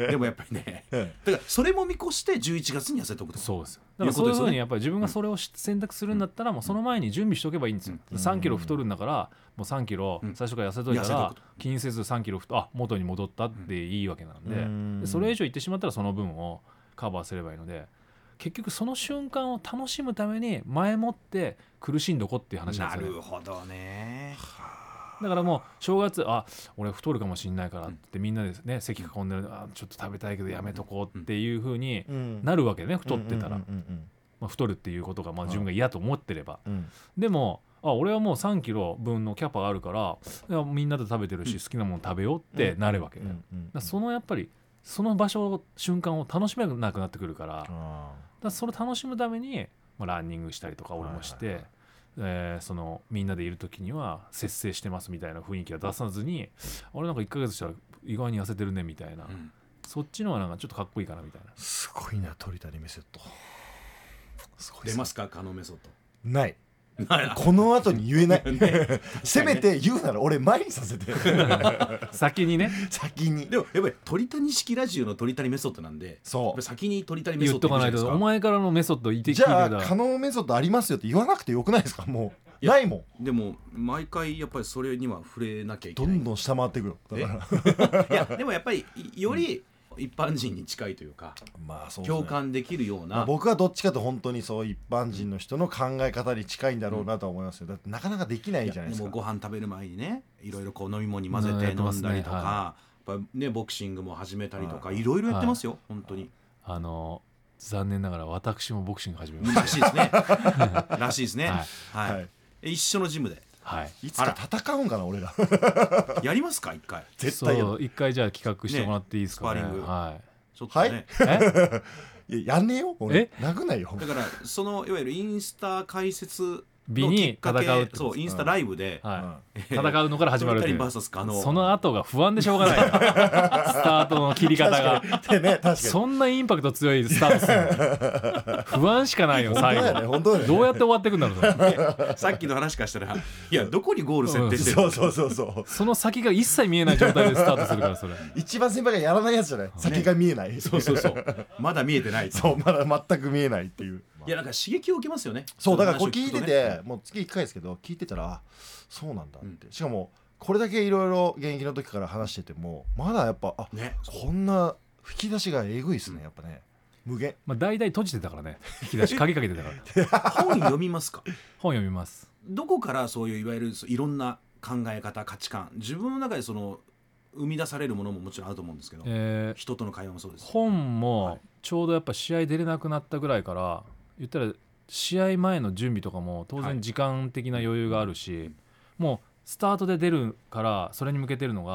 でもやっぱりね、だからそれも見越して11月に痩せとくと。 そうですよ。だからそういうふうにやっぱり自分がそれを選択するんだったらもうその前に準備しておけばいいんですよ。3キロ太るんだからもう3キロ最初から痩せといたら気にせず3キロ元に戻ったっていいわけなんで、それ以上いってしまったらその分をカバーすればいいので、結局その瞬間を楽しむために前もって苦しんどこっていう話なんですよね。 なるほどね。 だからもう正月俺太るかもしれないからってみんなでね席囲んでるちょっと食べたいけどやめとこうっていう風になるわけね、太ってたら。太るっていうことが自分が嫌と思ってれば、でも俺はもう3キロ分のキャパがあるからみんなで食べてるし好きなもの食べようってなるわけね。そのやっぱりその場所瞬間を楽しめなくなってくるから、それを楽しむためにランニングしたりとか俺もして、そのみんなでいる時には節制してますみたいな雰囲気は出さずに、俺なんか1ヶ月したら意外に痩せてるねみたいな、そっちの方がなんかちょっとかっこいいかなみたいな。 すごいな鳥谷メソッド。 出ますか？カノメソッドないこの後に言えないせめて言うなら俺前にさせて先にね。 先に。でもやっぱり鳥谷式ラジオの鳥谷メソッドなんで、そう先に鳥谷メソッド言っとかないと。お前からのメソッド言って聞いてじゃあ可能メソッドありますよって言わなくてよくないですか？もうないもん。 でも毎回やっぱりそれには触れなきゃいけない。 どんどん下回ってくるだからいやでもやっぱりより一般人に近いというか、そうですね、共感できるような、 僕はどっちかと本当にそう一般人の人の考え方に近いんだろうなと思いますよ。だってなかなかできないじゃないですか。 でもご飯食べる前にねいろいろこう飲み物に混ぜて飲んだりとか、やっぱねボクシングも始めたりとかいろいろやってますよ、本当に。 残念ながら私もボクシング始めました。 らしいですねらしいですね。一緒のジムでいつか戦うんかな俺らやりますか？一回絶対やる。 一回じゃあ企画してもらっていいですかね。 スパーリングちょっとねやんねえよ俺。殴んないよ。 だからそのいわゆるインスタ解説日に戦う。 そうインスタライブで戦うのから始まるっていう。その後が不安でしょうがないスタートの切り方がそんなインパクト強いスタートするの不安しかないよ最後。どうやって終わっていくんだろうさっきの話からしたらいやどこにゴール設定してるそうその先が一切見えない状態でスタートするからそれ一番先輩がやらないやつじゃない。先が見えない。 そうまだ見えてない。 そうまだ全く見えないっていう。 いやなんか刺激を受けますよね。 そうだからこれ聞いててもう月1回ですけど聞いてたらそうなんだって、しかもこれだけいろいろ現役の時から話しててもまだやっぱこんな吹き出しがえぐいですねやっぱね。無限。 大体閉じてたからね引き出し鍵かけてたから本読みますか？ 本読みます。 どこからそういういわゆるいろんな考え方価値観自分の中でその生み出されるものももちろんあると思うんですけど、人との会話もそうです。 本もちょうどやっぱ試合出れなくなったぐらいから言ったら試合前の準備とかも当然時間的な余裕があるし、もうスタートで出るからそれに向けてるのが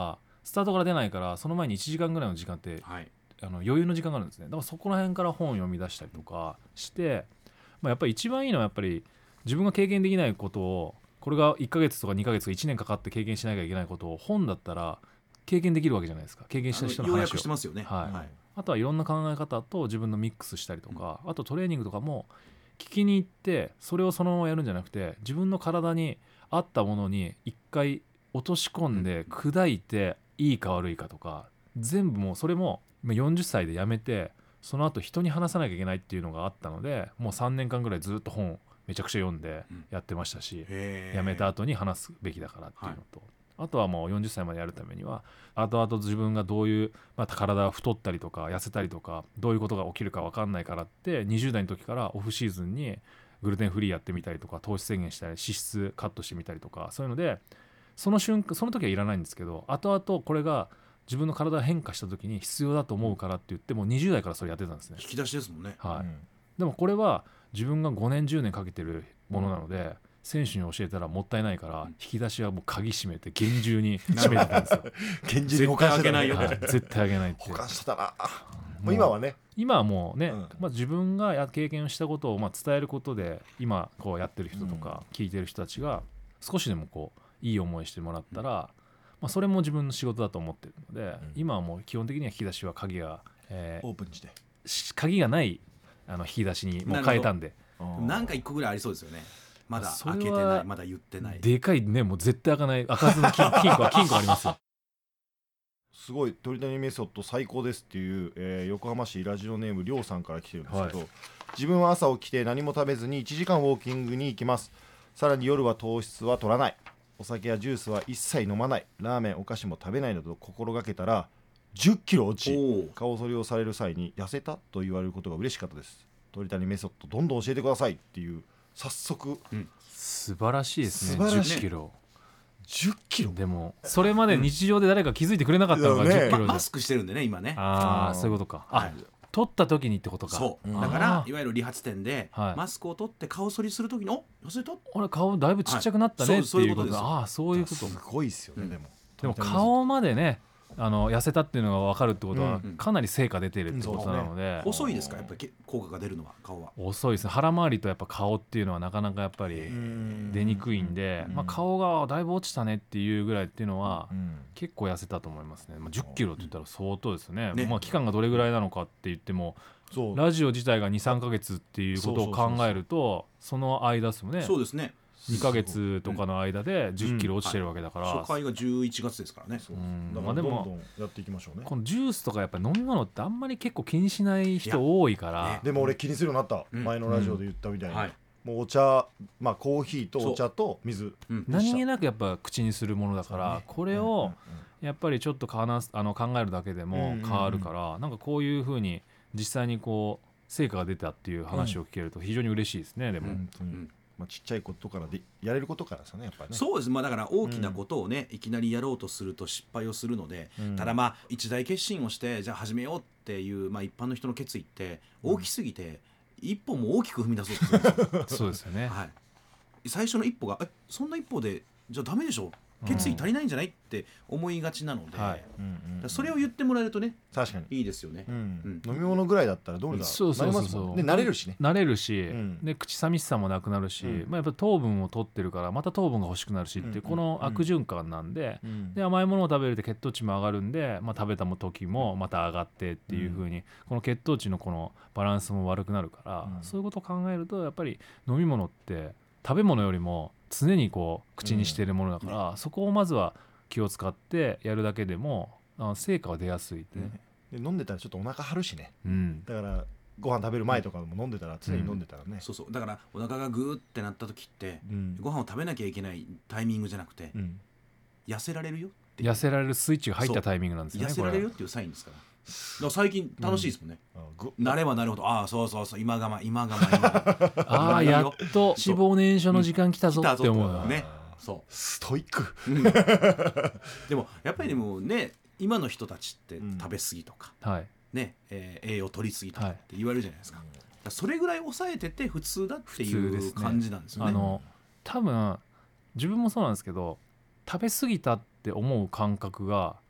スタートから出ないからその前に1時間ぐらいの時間ってはい余裕の時間があるんですね。だからそこら辺から本を読み出したりとかして、やっぱり一番いいのはやっぱり自分が経験できないことをこれが1ヶ月とか2ヶ月とか1年かかって経験しなきゃいけないことを本だったら経験できるわけじゃないですか。経験した人の要話を約してますよね。 はいあとはいろんな考え方と自分のミックスしたりとか、あとトレーニングとかも聞きに行ってそれをそのままやるんじゃなくて自分の体に合ったものに一回落とし込んで砕いていいか悪いかとか全部もうそれも40歳でやめてその後人に話さなきゃいけないっていうのがあったのでもう3年間ぐらいずっと本めちゃくちゃ読んでやってましたし、やめた後に話すべきだからっていうのと、あとはもう40歳までやるためには後々自分がどういう、体が太ったりとか痩せたりとかどういうことが起きるか分かんないからって20代の時からオフシーズンにグルテンフリーやってみたりとか糖質制限したり脂質カットしてみたりとかそういうのでその時はいらないんですけど後々これが自分の体が変化した時に必要だと思うからって言ってもう20代からそれやってたんですね。 引き出しですもんね。 でもこれは自分が5年10年かけてるものなので、選手に教えたらもったいないから引き出しはもう鍵閉めて厳重に閉めてたんですよ。 厳重に保管してたね。 絶対あげないって保管してたな。もう今はね今はもうね、自分が経験したことを伝えることで今こうやってる人とか聞いてる人たちが少しでもこういい思いしてもらったら、それも自分の仕事だと思ってるので、今はもう基本的には引き出しは鍵が、 オープンにして鍵がない引き出しにもう変えたんで、 なんか1個ぐらいありそうですよね。まだ開けてないまだ言ってないでかいねもう絶対開かずの金庫ありますよ。 すごい鳥谷メソッド最高ですっていう、横浜市ラジオネームりょうさんから来てるんですけど、自分は朝起きて何も食べずに1時間ウォーキングに行きます。さらに夜は糖質は取らない、お酒やジュースは一切飲まない、ラーメンお菓子も食べないなど心がけたら10キロ落ち、顔剃りをされる際に痩せたと言われることが嬉しかったです。鳥谷メソッドどんどん教えてくださいっていう早速、 素晴らしいですね。10キロ 10キロでもそれまで日常で誰か気づいてくれなかったのが10キロで、 マスクしてるんでね今ね。 そういうことか。取った時にってことか。 そうだからいわゆる理髪店でマスクを取って顔剃りする時に痩せた、 俺顔だいぶちっちゃくなったねっていうことだ。そういうこと。 すごいですよね。 でも顔までね痩せたっていうのが分かるってことはかなり成果出てるってことなので、 遅いですかやっぱり効果が出るのは。顔は遅いですね。腹回りとやっぱ顔っていうのはなかなかやっぱり出にくいんで、顔がだいぶ落ちたねっていうぐらいっていうのは結構痩せたと思いますね。10キロって言ったら相当ですね。期間がどれぐらいなのかって言ってもラジオ自体が 2,3 ヶ月っていうことを考えるとその間ですもんね。 そうですね。 2ヶ月とかの間で10キロ落ちてるわけだから、 初回が11月ですからね。 だからどんどんやっていきましょうね。 このジュースとかやっぱ飲み物ってあんまり結構気にしない人多いから、 でも俺気にするようになった。前のラジオで言ったみたいにもうお茶、コーヒーとお茶と水、 何気なくやっぱ口にするものだから、これをやっぱりちょっと考えるだけでも変わるから、なんかこういう風に実際にこう成果が出たっていう話を聞けると非常に嬉しいですね。でもちっちゃいことからでやれることからですねやっぱりね。 そうです。だから大きなことをね、いきなりやろうとすると失敗をするので、ただ一大決心をしてじゃあ始めようっていう、一般の人の決意って大きすぎて、一歩も大きく踏み出そうとするんですよ。 そうですよね。 最初の一歩がそんな一歩でじゃあダメでしょ、決意足りないんじゃないって思いがちなので、それを言ってもらえるとね確かにいいですよね。 飲み物ぐらいだったらどうにかなりますもんね。慣れるしで口寂しさもなくなるし、やっぱ糖分を取ってるからまた糖分が欲しくなるしっていうこの悪循環なんで、甘いものを食べると血糖値も上がるんで、食べた時もまた上がってっていう風にこの血糖値のこのバランスも悪くなるから、そういうことを考えるとやっぱり飲み物って食べ物よりも常にこう口にしているものだから、そこをまずは気を使ってやるだけでも成果は出やすいってね。 で飲んでたらちょっとお腹張るしね、だからご飯食べる前とかも飲んでたら、常に飲んでたらね、 そうだからお腹がグーってなった時って、ご飯を食べなきゃいけないタイミングじゃなくて、痩せられるよって痩せられるスイッチが入ったタイミングなんですよね。 痩せられるよっていうサインですから。だから最近楽しいですもんね。なればなるほど、そう今我慢やっと脂肪燃焼の時間来たぞって思うね。そうストイック。 でもやっぱりね、今の人たちって食べ過ぎとか、栄養取り過ぎとかって言われるじゃないですか。それぐらい抑えてて普通だっていう感じなんですよね。 多分自分もそうなんですけど、食べ過ぎたって思う感覚が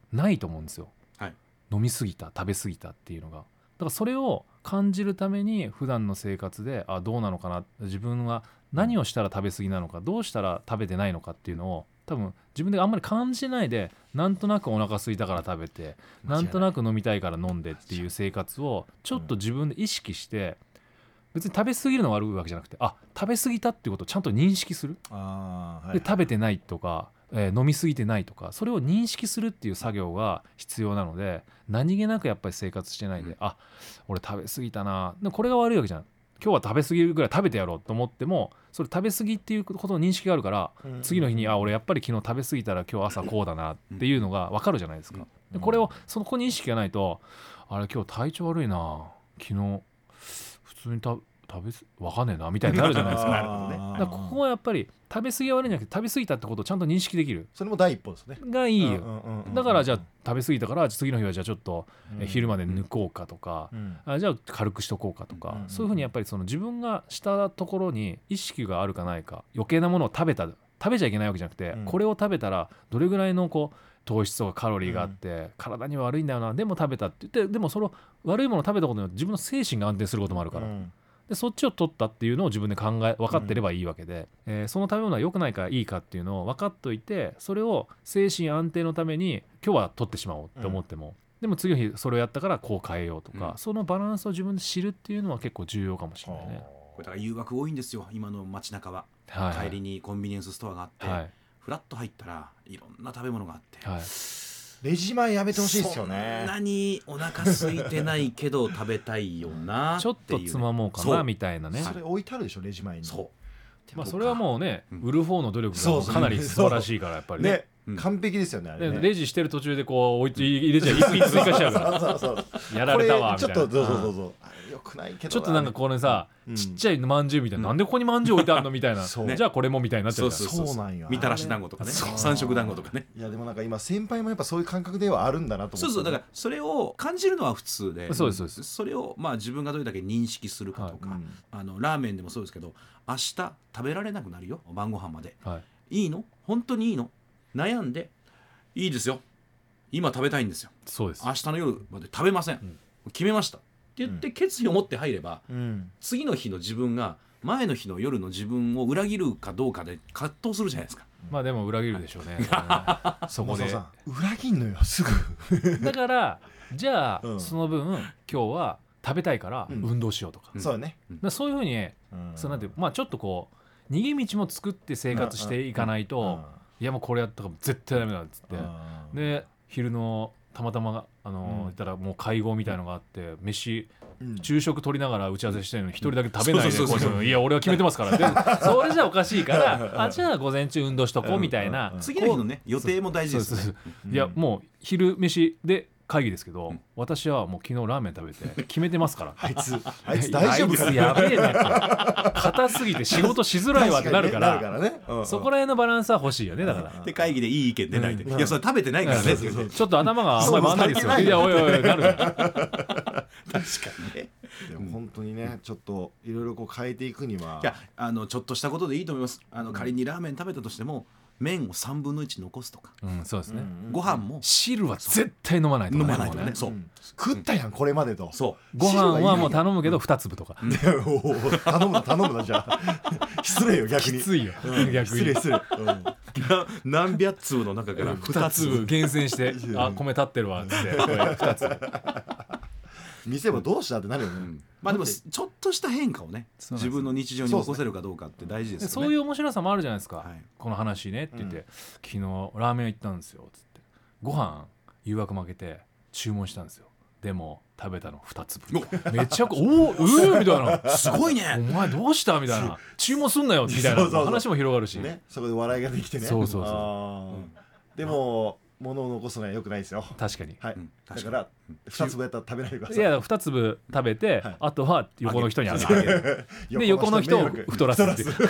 ないと思うんですよ、 はい、 飲み過ぎた食べ過ぎたっていうのが。だからそれを感じるために普段の生活でどうなのかな、自分は何をしたら食べ過ぎなのか、どうしたら食べてないのかっていうのを多分自分であんまり感じないで、なんとなくお腹空いたから食べて、なんとなく飲みたいから飲んでっていう生活をちょっと自分で意識して、別に食べ過ぎるのが悪いわけじゃなくて、食べ過ぎたっていうことをちゃんと認識する、で食べてないとか、飲み過ぎてないとか、それを認識するっていう作業が必要なので、何気なくやっぱり生活してないで、俺食べ過ぎたな、でもこれが悪いわけじゃん。今日は食べ過ぎるぐらい食べてやろうと思っても、それ食べ過ぎっていうことの認識があるから、次の日に俺やっぱり昨日食べ過ぎたら今日朝こうだなっていうのが分かるじゃないですか。でこれをそこに意識がないと、今日体調悪いな、昨日普通に分かんねえなみたいになるじゃないですか。 なるほどね。 だからここはやっぱり食べ過ぎは悪いんじゃなくて、食べ過ぎたってことをちゃんと認識できる、 それも第一歩ですね。 がいいよ。だからじゃあ食べ過ぎたから次の日はじゃあちょっと昼まで抜こうかとか、じゃあ軽くしとこうかとか、そういうふうにやっぱりその自分がしたところに意識があるかないか、余計なものを食べちゃいけないわけじゃなくて、これを食べたらどれぐらいの糖質とかカロリーがあって体に悪いんだよな、でも食べたって言って、でもその悪いものを食べたことによって自分の精神が安定することもあるから、でそっちを取ったっていうのを自分で分かってればいいわけで、その食べ物は良くないかいいかっていうのを分かっといて、それを精神安定のために今日は取ってしまおうって思っても、でも次の日それをやったからこう変えようとか、そのバランスを自分で知るっていうのは結構重要かもしれないね。 これだから誘惑多いんですよ今の街中は、帰りにコンビニエンスストアがあって、フラッと入ったらいろんな食べ物があって、 レジ前やめてほしいですよね。 そんなにお腹空いてないけど食べたいよなちょっとつまもうかなみたいなね。 それ置いてあるでしょレジ前に。 それはもうね、売る方の努力がかなり素晴らしいからやっぱりね、 完璧ですよねあれね。 レジしてる途中で置いて入れちゃう、一品追加しちゃうからやられたわみたいな。 ちょっとそうよくないけど、 ちょっとなんかこれさ、ちっちゃいまんじゅうみたいな、なんでここにまんじゅう置いてあるのみたいな、じゃあこれもみたいになっちゃう。 そうなんよ。 みたらし団子とかね、三色団子とかね。 いやでもなんか今先輩もやっぱそういう感覚ではあるんだなと思って。 そうだからそれを感じるのは普通で、 それを自分がどれだけ認識するかとか、ラーメンでもそうですけど、明日食べられなくなるよ晩ご飯まで、いいの本当にいいの、悩んでいいですよ、今食べたいんですよ、 そうです、 明日の夜まで食べません、決めましたって言って決意を持って入れば、次の日の自分が前の日の夜の自分を裏切るかどうかで葛藤するじゃないですか。 でも裏切るでしょうねそこで裏切んのよすぐだからじゃあ、その分今日は食べたいから運動しようとか、 そうね、 そういうふうに、なんてちょっと逃げ道も作って生活していかないと、いやもうこれやったから絶対ダメだっつって、で昼のたまたま言ったらもう会合みたいのがあって、昼食取りながら打ち合わせしてるのに一人だけ食べないで、いや俺は決めてますからってそれじゃおかしいからじゃあ午前中運動しとこうみたいな、 次の日のね予定も大事ですね。 いやもう昼飯で会議ですけど、私はもう昨日ラーメン食べて決めてますからあいつ大丈夫かな、 やべえな硬すぎて仕事しづらいわってなるからそこら辺のバランスは欲しいよね。だからで会議でいい意見出ないで、いやそれ食べてないからね、 ちょっと頭があんまり回んないですよ。いやおいおいなる確かにね。 でも本当にね、ちょっといろいろ変えていくには、 いやちょっとしたことでいいと思います。仮にラーメン食べたとしても麺を3分の1残すとか、 そうですね、 ご飯も汁は絶対飲まないとかね、 飲まないとかね、そう食ったやんこれまでと、 そうご飯はもう頼むけど2粒とか、 頼むなじゃあ失礼よ逆に、 きついよ逆に失礼、 何百粒の中から 2粒厳選して米立ってるわっつって2粒店もどうしたってなるよね。 でもちょっとした変化をね、自分の日常に起こせるかどうかって大事ですよね。 そういう面白さもあるじゃないですか、この話ねって言って、昨日ラーメン屋行ったんですよっつって、ご飯誘惑負けて注文したんですよ、でも食べたの2粒めちゃくみたいなすごいねお前どうしたみたいな、注文すんなよみたいな話も広がるし、 そこで笑いができてね。でも物を残すのは良くないですよ。 確かに、 だから2粒やったら食べないでください。 いや2粒食べて、あとは横の人にあげるで横の人を太らすっていう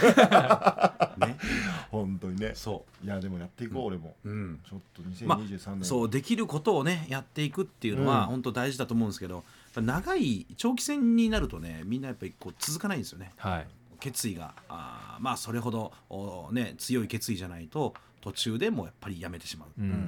本当にね。いやでもやっていこう、俺もちょっと2023年そうできることをねやっていくっていうのは本当大事だと思うんですけど、長い長期戦になるとね、みんなやっぱり続かないんですよね。決意がそれほど強い決意じゃないと途中でもやっぱりやめてしまう。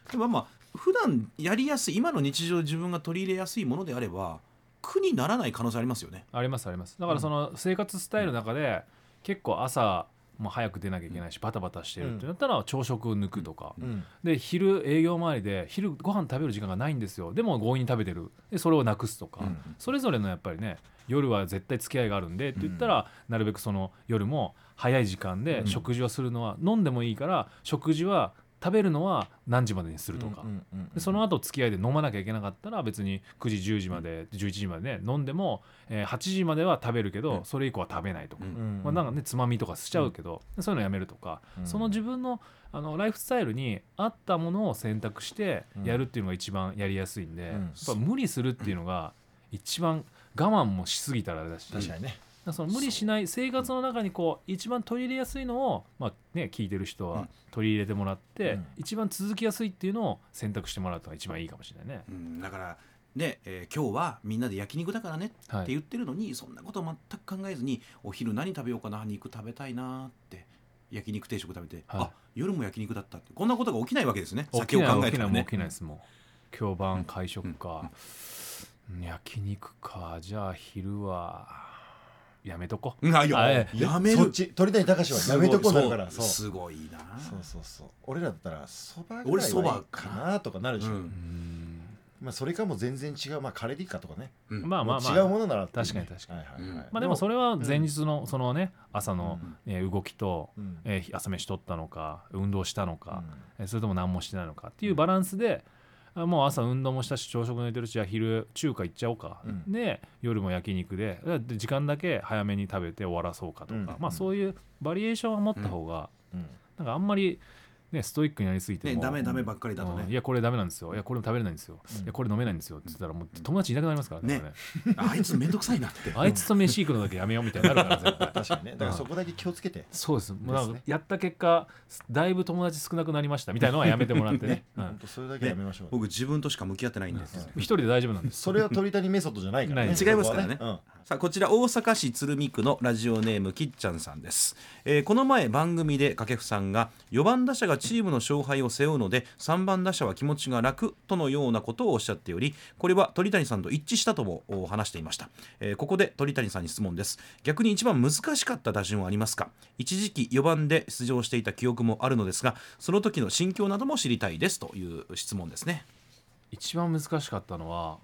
でもまあ普段やりやすい今の日常で自分が取り入れやすいものであれば苦にならない可能性ありますよね。 ありますあります。だからその生活スタイルの中で結構朝も早く出なきゃいけないしバタバタしてるってなったら朝食を抜くとか、で昼営業周りで昼ご飯食べる時間がないんですよ、でも強引に食べてる、でそれをなくすとか、それぞれのやっぱりね夜は絶対付き合いがあるんでって言ったら、なるべくその夜も早い時間で食事をするのは、飲んでもいいから食事は食べるのは何時までにするとか、でその後付き合いで飲まなきゃいけなかったら別に9時10時まで11時までね飲んでも、8時までは食べるけどそれ以降は食べないとか、まあなんかねつまみとかしちゃうけど、そういうのやめるとか、その自分のライフスタイルに合ったものを選択してやるっていうのが一番やりやすいんで、やっぱ無理するっていうのが一番我慢もしすぎたらあれだし、 確かにね。 その無理しない生活の中にこう一番取り入れやすいのを、まあね、聞いてる人は取り入れてもらって、一番続きやすいっていうのを選択してもらうのが一番いいかもしれないね。 だからね、今日はみんなで焼肉だからねって言ってるのに、そんなことを全く考えずにお昼何食べようかな、肉食べたいなって焼肉定食食べて、あ夜も焼肉だったって、こんなことが起きないわけですね。先を考えたらね。 起きないです。もう今日晩会食か、焼肉か、じゃあ昼はやめとこ。 やめる。 そっち鳥谷敬はやめとこになるから。 すごいな。 そう俺らだったらそばぐらいはいいかなとかなるでしょ。まあそれかも全然違う、まあカレーでいいかとかね。 まあ違うものなら確かにまあでもそれは前日のそのね朝の動きと朝飯取ったのか運動したのか、それとも何もしてないのかっていうバランスで、もう朝運動もしたし朝食抜いてるし、昼中華行っちゃおうか、で夜も焼肉で時間だけ早めに食べて終わらそうかとか、まあそういうバリエーションを持った方が、なんかあんまりね、ストイックになりすぎても、 ダメばっかりだとね、 いやこれダメなんですよ、いやこれも食べれないんですよ、いやこれ飲めないんですよって言ったらもう友達いなくなりますからね。 あいつめんどくさいなってあいつと飯行くのだけやめようみたいになるから絶対。 確かにね。だからそこだけ気をつけて。 そうです。もうなんかやった結果だいぶ友達少なくなりましたみたいなのはやめてもらってね。 本当それだけやめましょう。 僕自分としか向き合ってないんです。 一人で大丈夫なんです。 それは鳥谷メソッドじゃないからね。 違いますからね。さあこちら大阪市鶴見区のラジオネームきっちゃんさんです。この前番組で掛布さんが4番打者がチームの勝敗を背負うので3番打者は気持ちが楽とのようなことをおっしゃっており、これは鳥谷さんと一致したとも話していました。ここで鳥谷さんに質問です。逆に一番難しかった打順はありますか？一時期4番で出場していた記憶もあるのですが、その時の心境なども知りたいですという質問ですね。 一番難しかったのは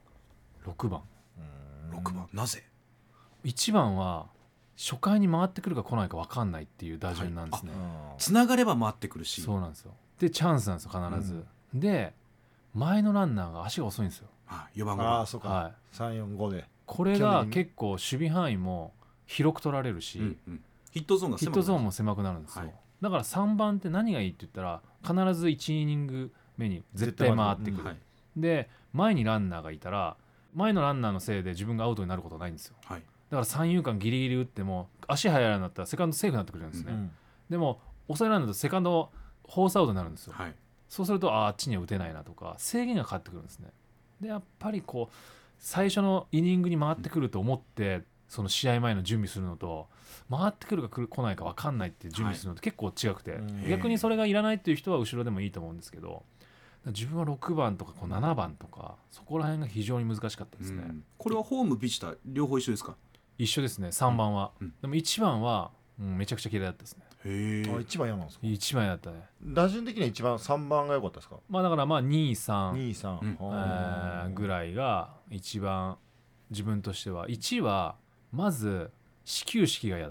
6番。 6番なぜ ？1番は初回に回ってくるか来ないか分かんないっていう打順なんですね。 つながれば回ってくるし、 そうなんですよ。でチャンスなんですよ必ず、で前のランナーが足が遅いんですよ。 4番5番。 ああそうか、345でこれが結構守備範囲も広く取られるし、 ヒットゾーンも狭くなるんですよ、だから3番って何がいいって言ったら必ず1イニング目に絶対回ってくる、で前にランナーがいたら前のランナーのせいで自分がアウトになることないんですよ、だから三遊間ギリギリ打っても足速いランナーだったらセカンドセーフになってくるんですね、でも遅いランナーだとセカンドフォースアウトになるんですよ、そうするとあっちには打てないなとか制限がかかってくるんですね。でやっぱりこう最初のイニングに回ってくると思ってその試合前の準備するのと回ってくるか来ないか分かんないって準備するのと結構違くて、逆にそれがいらないっていう人は後ろでもいいと思うんですけど、自分は6番とか7番とかそこら辺が非常に難しかったですね、 これはホームピッチャー両方一緒ですか？ 一緒ですね。3番は、でも1番は、めちゃくちゃ嫌いだったですね。 1番嫌なんですか ？1番だったね。 打順的には一番3番が良かったですか？ まあだからまあ2、3、ぐらいが一番自分としては。1はまず始球式が嫌だ。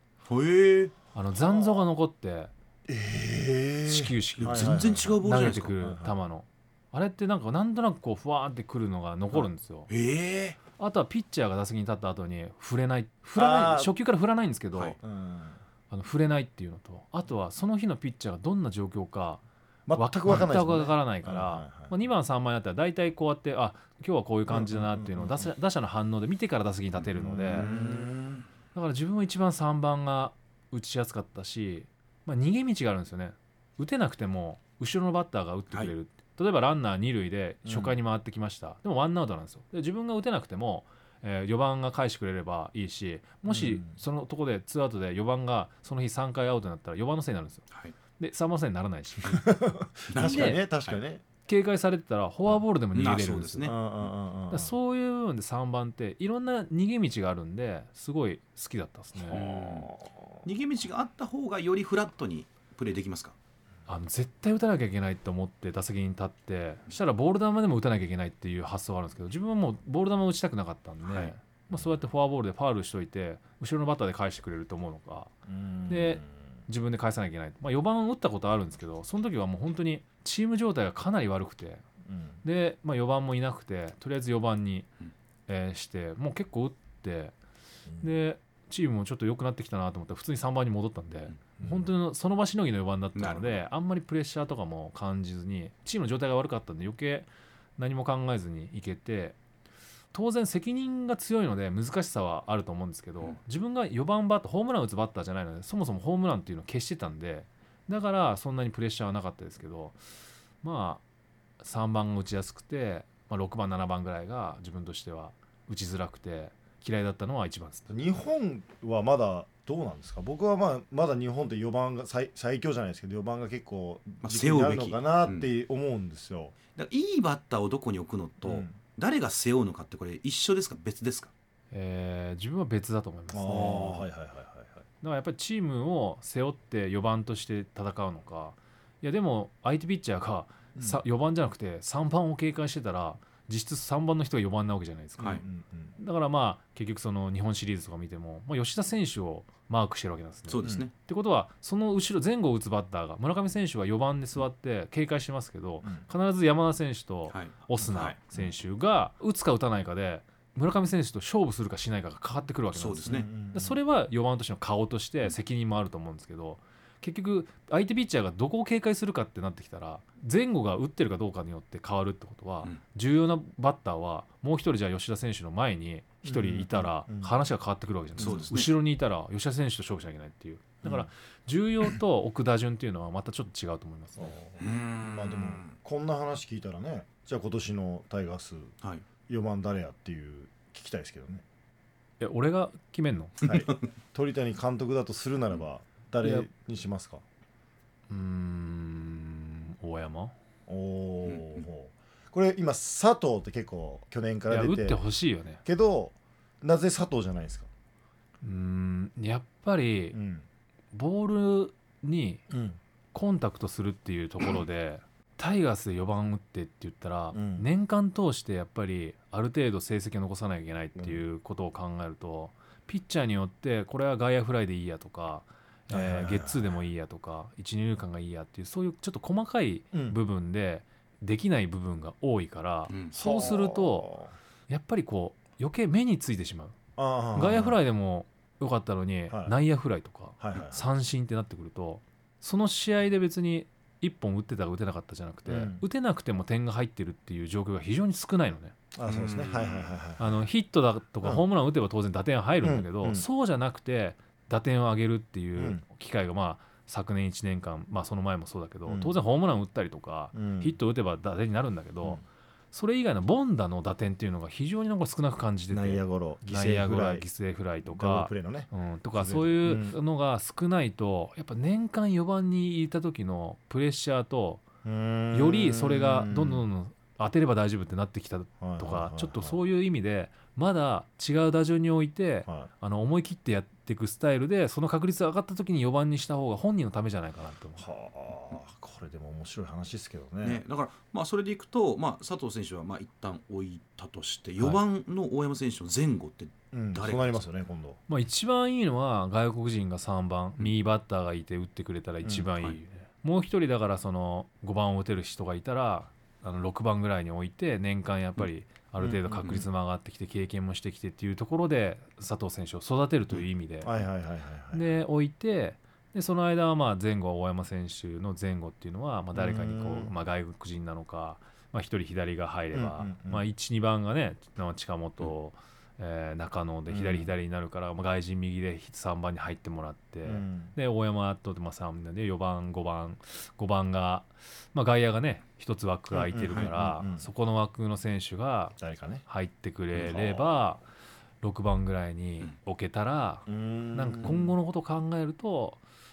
残像が残って始球式全然違うボールじゃないですか。 投げてくる球のあれってなんとなくこうふわーってくるのが残るんですよ。あとはピッチャーが打席に立った後に振らない初球から振らないんですけど、振れないっていうのと、あとはその日のピッチャーがどんな状況か全く分からないから、2番3番だったら大体こうやって今日はこういう感じだなっていうのを打者の反応で見てから打席に立てるので、だから自分は一番3番が打ちやすかったし、逃げ道があるんですよね。打てなくても後ろのバッターが打ってくれる、例えばランナー2塁で初回に回ってきました、でもワンアウトなんですよ。で自分が打てなくても4番が返してくれればいいし、もしそのとこで2アウトで4番がその日3回アウトになったら4番のせいになるんですよ、 で3番線にならないし確かにね確かにね、 警戒されてたらフォアボールでも逃げれるんそうですね。 ですよ。だからそういう部分で3番っていろんな逃げ道があるんですごい好きだったですね。 逃げ道があった方がよりフラットにプレーできますか？ 絶対打たなきゃいけないと思って打席に立ってそしたらボール球でも打たなきゃいけないっていう発想があるんですけど自分はもうボール球を打ちたくなかったんで、 はいそうやってフォアボールでファウルしといて後ろのバッターで返してくれると思うのかで自分で返さなきゃいけない、4番打ったことあるんですけどその時はもう本当にチーム状態がかなり悪くてで、4番もいなくてとりあえず4番に、してもう結構打ってでチームもちょっと良くなってきたなと思って普通に3番に戻ったんで、本当にその場しのぎの4番だったのであんまりプレッシャーとかも感じずにチームの状態が悪かったんで余計何も考えずにいけて当然責任が強いので難しさはあると思うんですけど、自分が4番バッターホームラン打つバッターじゃないのでそもそもホームランっていうのを消してたんでだからそんなにプレッシャーはなかったですけど3番が打ちやすくて、6番7番ぐらいが自分としては打ちづらくて嫌いだったのは1番です。 日本はまだどうなんですか？僕はまだ日本って4番が最強じゃないですけど4番が結構軸になるのかなって思うんですよ。 だからいいバッターをどこに置くのと、誰が背負うのかってこれ一緒ですか別ですか？ 自分は別だと思いますね。 はい。 だからやっぱりチームを背負って4番として戦うのかいやでも相手ピッチャーが4番じゃなくて3番を警戒してたら実質3番の人が4番なわけじゃないですか、だから結局その日本シリーズとか見ても、吉田選手をマークしてるわけなんですね。 そうですね、 ってことはその後ろ前後を打つバッターが村上選手は4番で座って警戒してますけど、必ず山田選手とオスナ選手が打つか打たないかで村上選手と勝負するかしないかが変わってくるわけなんですね。それは4番としての顔として責任もあると思うんですけど結局相手ピッチャーがどこを警戒するかってなってきたら前後が打ってるかどうかによって変わるってことは、重要なバッターはもう一人じゃあ吉田選手の前に一人いたら話が変わってくるわけじゃないですか、後ろにいたら吉田選手と勝負しなきゃいけないっていうだから重要と置く打順っていうのはまたちょっと違うと思いますね。 でもこんな話聞いたらねじゃあ今年のタイガース4番誰やっていう聞きたいですけどね。 俺が決めんの？ 鳥谷監督だとするならば誰にしますか？ 大山。 これ今佐藤って結構去年から出て打ってほしいよねけどなぜ佐藤じゃないですか？ やっぱり、ボールにコンタクトするっていうところで、タイガースで4番打ってって言ったら、年間通してやっぱりある程度成績を残さなきゃいけないっていうことを考えると、ピッチャーによってこれは外野フライでいいやとか、ゲッツーでもいいやとか一二塁間がいいやっていうそういうちょっと細かい部分でできない部分が多いから、そうするとやっぱりこう余計目についてしまう。外野フライでもよかったのに、内野フライとか、三振ってなってくるとその試合で別に1本打ってたか打てなかったじゃなくて、打てなくても点が入ってるっていう状況が非常に少ないのね。 そうですね。 ヒットだとかホームラン打てば当然打点入るんだけど、そうじゃなくて打点を上げるっていう機会が昨年1年間、その前もそうだけど、当然ホームラン打ったりとか、ヒット打てば打点になるんだけど、それ以外の凡打の打点っていうのが非常に少なく感じてて、 内野ゴロ、犠牲フライとか、とかそういうのが少ないとやっぱ年間4番にいた時のプレッシャーとよりそれがどんどん当てれば大丈夫ってなってきたとか、ちょっとそういう意味でまだ違う打順に置いて、思い切ってやっていくスタイルでその確率が上がった時に4番にした方が本人のためじゃないかなと思う。 これでも面白い話ですけどね。 だからそれでいくと、佐藤選手は一旦置いたとして4番の大山選手の前後って誰？ そうなりますよね今度。 一番いいのは外国人が3番、右バッターがいて打ってくれたら一番いいよね。もう一人だからその5番を打てる人がいたら6番ぐらいに置いて年間やっぱりある程度確率も上がってきて経験もしてきてっていうところで佐藤選手を育てるという意味でで置いて、でその間は前後は大山選手の前後っていうのは誰かに外国人なのか1人左が入れば1、2番がね近本、中野で左になるから外人右で3番に入ってもらって、で大山と3で4番5番が外野がね1つ枠空いてるからそこの枠の選手が入ってくれれば6番ぐらいに置けたらなんか今後のことを考えると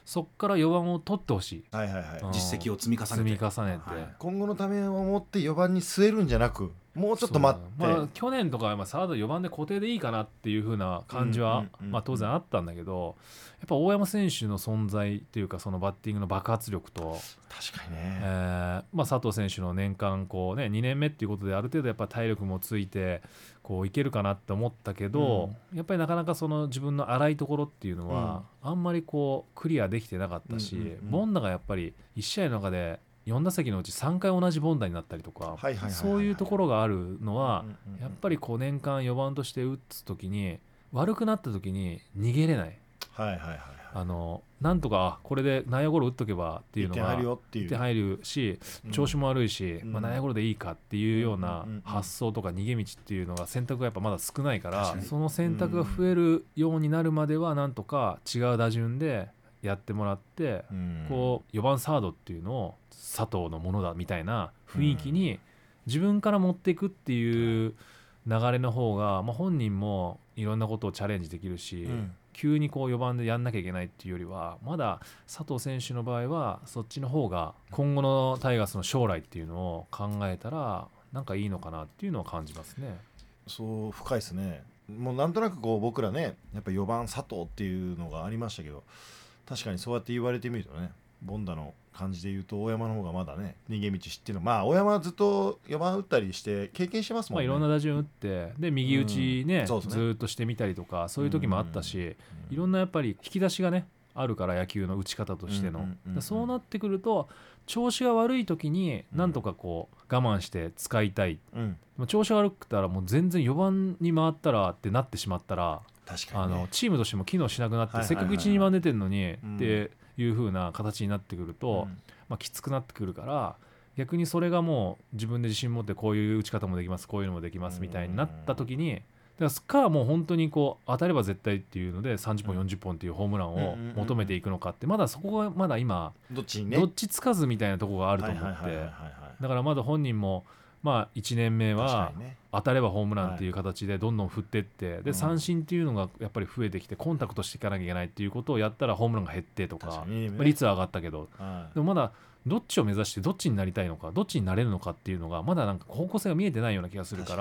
そこから4番を取ってほしい、 はいはいはい、 実績を積み重ねて、 今後のためを思って4番に据えるんじゃなくもうちょっと待って、 去年とかはサード4番で固定でいいかなっていう風な感じは当然あったんだけど、やっぱ大山選手の存在っていうかそのバッティングの爆発力と確かにね、 佐藤選手の年間こう、ね、2年目っていうことである程度やっぱ体力もついてこういけるかなって思ったけど、やっぱりなかなかその自分の荒いところっていうのはあんまりこうクリアできてなかったし、ボンダがやっぱり1試合の中で4打席のうち3回同じボンダになったりとか、そういうところがあるのはやっぱりこう年間4番として打つ時に悪くなった時に逃げれない、なんとかこれで内野ゴロ打っとけばっていうのが1点入るし、調子も悪いし、内野ゴロでいいかっていうような発想とか逃げ道っていうのが選択がやっぱまだ少ないから、その選択が増えるようになるまではなんとか違う打順でやってもらって、こう4番サードっていうのを佐藤のものだみたいな雰囲気に自分から持っていくっていう流れの方が、本人もいろんなことをチャレンジできるし、急にこう4番でやんなきゃいけないっていうよりはまだ佐藤選手の場合はそっちの方が今後のタイガースの将来っていうのを考えたらなんかいいのかなっていうのを感じますね。 そう深いですね。もうなんとなくこう僕らねやっぱ4番佐藤っていうのがありましたけど、確かにそうやって言われてみるとね、ボンダの感じで言うと大山の方がまだね逃げ道知ってるの、大山はずっと4番打ったりして経験してますもんね。 いろんな打順打ってで右打ちね、ずっとしてみたりとかそういう時もあったし、いろんなやっぱり引き出しがねあるから野球の打ち方としての、そうなってくると調子が悪い時になんとかこう我慢して使いたい、調子が悪くたらもう全然4番に回ったらってなってしまったら、 確かにね、 チームとしても機能しなくなって、せっかく 1,2 番出てるのにっていう風な形になってくると、きつくなってくるから、逆にそれがもう自分で自信持ってこういう打ち方もできます、こういうのもできますみたいになった時に、だからもう本当にこう当たれば絶対っていうので30本40本っていうホームランを求めていくのかって、まだそこがまだ今どっちつかずみたいなところがあると思って、だからまだ本人も1年目は当たればホームランっていう形でどんどん振っていって、で三振っていうのがやっぱり増えてきてコンタクトしていかなきゃいけないっていうことをやったらホームランが減ってとか、率は上がったけど、でもまだどっちを目指してどっちになりたいのかどっちになれるのかっていうのがまだなんか方向性が見えてないような気がするから、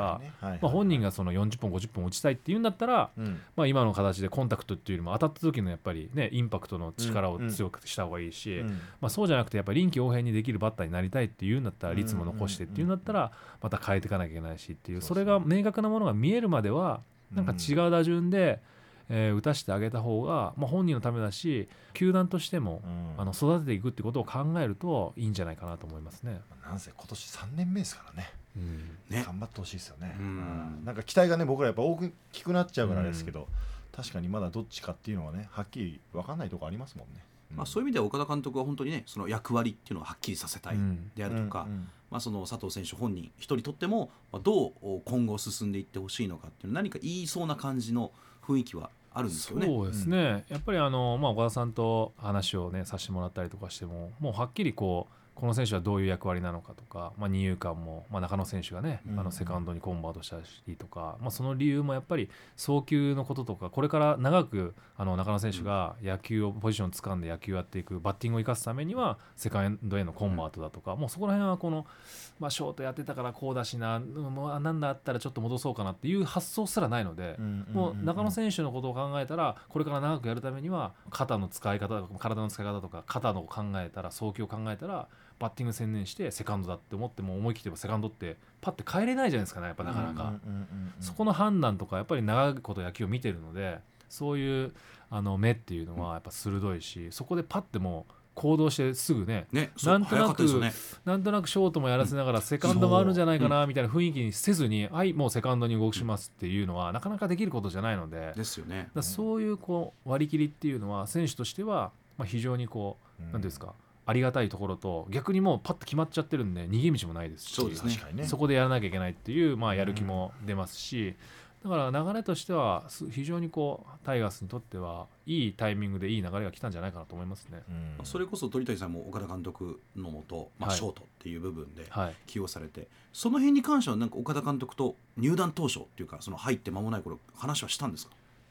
本人がその40本50本打ちたいっていうんだったら、今の形でコンタクトっていうよりも当たった時のやっぱりねインパクトの力を強くした方がいいし、そうじゃなくてやっぱり臨機応変にできるバッターになりたいっていうんだったら率も残してっていうんだったらまた変えていかなきゃいけないしっていう、それが明確なものが見えるまではなんか違う打順で打たせてあげた方が、本人のためだし球団としても、育てていくってことを考えるといいんじゃないかなと思いますね。 なんせ今年3年目ですからね、頑張ってほしいですよね。なんか期待がね僕らやっぱ大きくなっちゃうからですけど、確かにまだどっちかっていうのはねはっきり分かんないところありますもんね。 そういう意味では岡田監督は本当にねその役割っていうのをはっきりさせたいであるとか、その佐藤選手本人一人とってもどう今後進んでいってほしいのかっていう何か言いそうな感じの雰囲気はあるんですよね。 そうですね、やっぱり岡田さんと話をねさせてもらったりとかしてももうはっきりこの選手はどういう役割なのかとか、二遊間も、中野選手がね、セカンドにコンバートしたりとか、その理由もやっぱり送球のこととか、これから長く中野選手が野球をポジション掴んで野球をやっていくバッティングを生かすためにはセカンドへのコンバートだとか、もうそこら辺はショートやってたからこうだしな、なんだったらちょっと戻そうかなっていう発想すらないので、もう中野選手のことを考えたらこれから長くやるためには肩の使い方とか体の使い方とか肩の考えたら送球を考えたらバッティング専念してセカンドだって思っても思い切ってセカンドってパッて変えれないじゃないですかね、やっぱなかなかそこの判断とかやっぱり長いこと野球を見てるので、そういう目っていうのはやっぱ鋭いし、そこでパッてもう行動してすぐねなんとなくショートもやらせながらセカンドもあるんじゃないかなみたいな雰囲気にせずに、はいもうセカンドに動きますっていうのはなかなかできることじゃないので、 ですよね。 そういう割り切りっていうのは選手としては非常に何ていうんですかありがたいところと、逆にもうパッと決まっちゃってるんで逃げ道もないですし、 そうですね、 そこでやらなきゃいけないっていうやる気も出ますし、だから流れとしては非常にタイガースにとってはいいタイミングでいい流れが来たんじゃないかなと思いますね。 それこそ鳥谷さんも岡田監督のもと、ショートっていう部分で起用されて、その辺に関してはなんか岡田監督と入団当初っていうかその入って間もない頃話はしたんですか？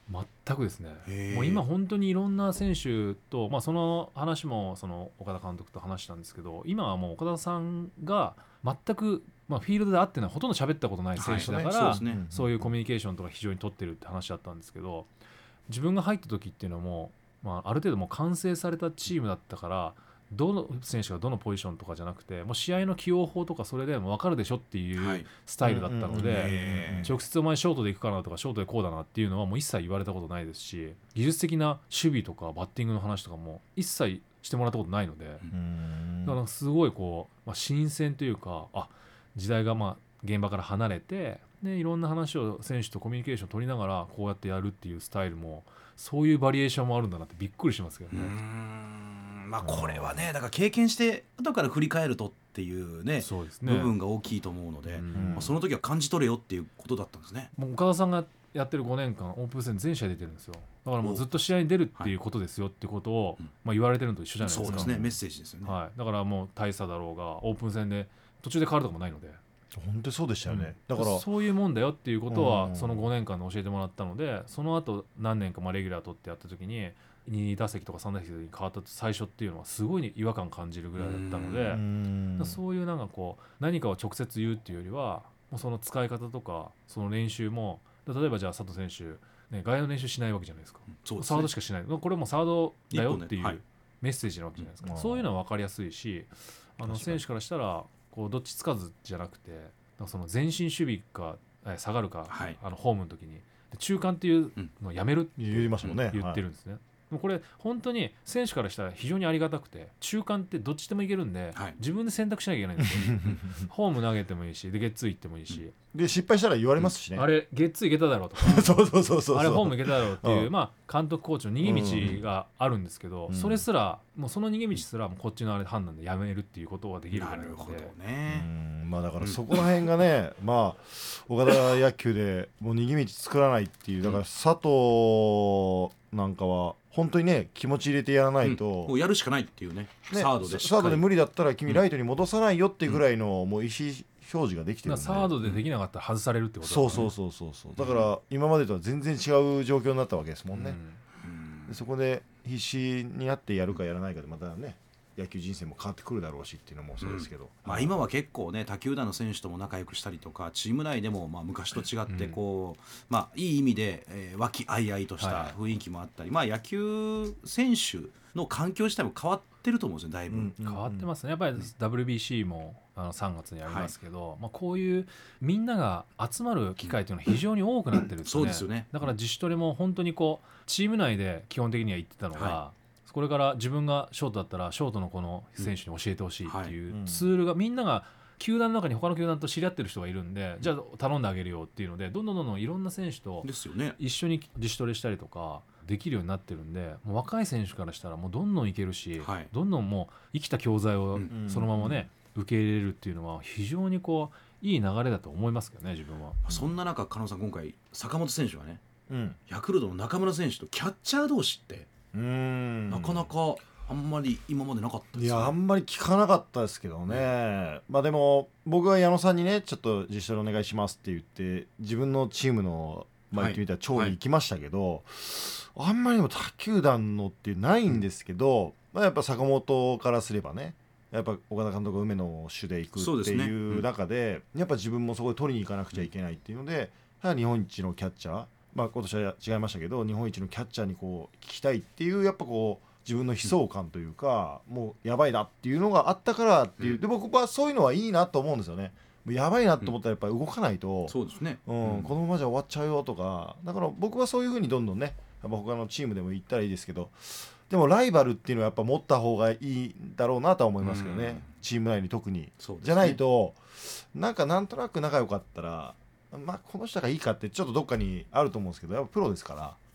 全くですね。 へーもう今本当にいろんな選手と、その話もその岡田監督と話したんですけど、今はもう岡田さんが全く、フィールドで会ってない、ほとんど喋ったことない選手だから、 そうですね。 そういうコミュニケーションとか非常に取ってるって話だったんですけど、自分が入った時っていうのも、ある程度もう完成されたチームだったから、どの選手がどのポジションとかじゃなくて、もう試合の起用法とかそれでもう分かるでしょっていうスタイルだったので、直接お前ショートで行くかなとかショートでこうだなっていうのはもう一切言われたことないですし、技術的な守備とかバッティングの話とかも一切してもらったことないので、だからすごいこう、新鮮というか、時代が現場から離れて、でいろんな話を選手とコミュニケーション取りながらこうやってやるっていうスタイルも、そういうバリエーションもあるんだなってびっくりしますけどね。 これはね、だから経験して後から振り返るとっていうね、 そうですね、 部分が大きいと思うので、その時は感じ取れよっていうことだったんですね。 もう岡田さんがやってる5年間オープン戦全試合出てるんですよ。だからもうずっと試合に出るっていうことですよってことを、言われてるのと一緒じゃないですか。 そうですね、メッセージですよね。 だからもう大差だろうがオープン戦で途中で変わるとかもないので、 本当にそうでしたよね、だからそういうもんだよっていうことはその5年間で教えてもらったので、その後何年かレギュラー取ってやった時に2打席とか3打席に変わった最初っていうのはすごい違和感感じるぐらいだったので、そういう何かを直接言うっていうよりは、もうその使い方とかその練習も、例えばじゃあ佐藤選手、外野の練習しないわけじゃないですか。 そうですね、 サードしかしない、これもサードだよっていう一本でメッセージなわけじゃないですか。そういうのは分かりやすいし、選手からしたらこうどっちつかずじゃなくて、その前進守備か下がるか、ホームの時に中間っていうのをやめるって言いましたもんね、 言ってるんですね。もうこれ本当に選手からしたら非常にありがたくて、中間ってどっちでもいけるんで、自分で選択しなきゃいけないんですよホーム投げてもいいし、でゲッツー行ってもいいし、 で失敗したら言われますしね、 あれゲッツー行けただろうとかそうあれホーム行けただろうっていう、監督コーチの逃げ道があるんですけど、それすらもうその逃げ道すらもうこっちのあれ判断でやめるっていうことができるからなので。 なるほどね。 だからそこら辺がね、岡田野球でもう逃げ道作らないっていう、だから佐藤なんかは本当にね気持ち入れてやらないと、 もうやるしかないっていうね、サードで無理だったら君ライトに戻さないよっていうぐらいのもう意思表示ができてるんで、 サードでできなかったら外されるってことだね、そうだから今までとは全然違う状況になったわけですもんね、でそこで必死になってやるかやらないかでまたね野球人生も変わってくるだろうしっていうのもそうですけど、 今は結構ね他球団の選手とも仲良くしたりとか、チーム内でも昔と違ってこう、いい意味で、和気あいあいとした雰囲気もあったり、野球選手の環境自体も変わってると思うんですよ、だいぶ、 変わってますね。やっぱり WBC も3月にありますけど、こういうみんなが集まる機会というのは非常に多くなってるんですね。 そうですよね。 だから自主トレも本当にこうチーム内で基本的には言ってたのが、これから自分がショートだったらショートのこの選手に教えてほしいっていうツールが、みんなが球団の中に他の球団と知り合ってる人がいるんで、じゃあ頼んであげるよっていうので、どんどんいろんな選手と一緒に自主トレしたりとかできるようになってるんで、もう若い選手からしたらもうどんどんいけるし、どんどんもう生きた教材をそのままね、受け入れるっていうのは非常にこういい流れだと思いますけどね、自分は。 そんな中加納さん、今回坂本選手がね、ヤクルトの中村選手とキャッチャー同士ってなかなかあんまり今までなかったですよね。 あんまり聞かなかったですけどね、でも僕は矢野さんにねちょっと自主トレお願いしますって言って自分のチームの言ってみたら町に行きましたけど、あんまりにも他球団のってないんですけど、やっぱ坂本からすればね、やっぱ岡田監督が梅野主で行くっていう中で、やっぱ自分もそこで取りに行かなくちゃいけないっていうので、日本一のキャッチャー、今年は違いましたけど日本一のキャッチャーにこう聞きたいっていうやっぱこう自分の悲壮感というか、もうやばいなっていうのがあったからっていう、で僕はそういうのはいいなと思うんですよね。やばいなと思ったらやっぱり動かないと、 そうですね、 このままじゃ終わっちゃうよとか、だから僕はそういう風にどんどんねやっぱ他のチームでも行ったらいいですけど、でもライバルっていうのはやっぱ持った方がいいんだろうなとは思いますけどね、チーム内に特に、じゃないとなんとなく仲良かったらこの人がいいかってちょっとどっかにあると思うんですけど、やっぱプロですから、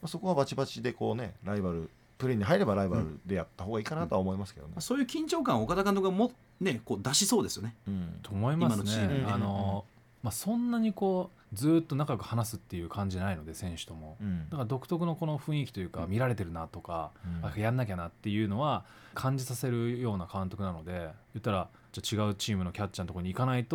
そこはバチバチでこうねライバルプレーに入ればライバルでやった方がいいかなとは思いますけどね、 そういう緊張感を岡田監督がこう出しそうですよね、 と思いますね。そんなにこうずっと仲良く話すっていう感じじゃないので選手とも、だから独特のこの雰囲気というか、見られてるなとか、やんなきゃなっていうのは感じさせるような監督なので、言ったらじゃあ違うチームのキャッチャーのところに行かないと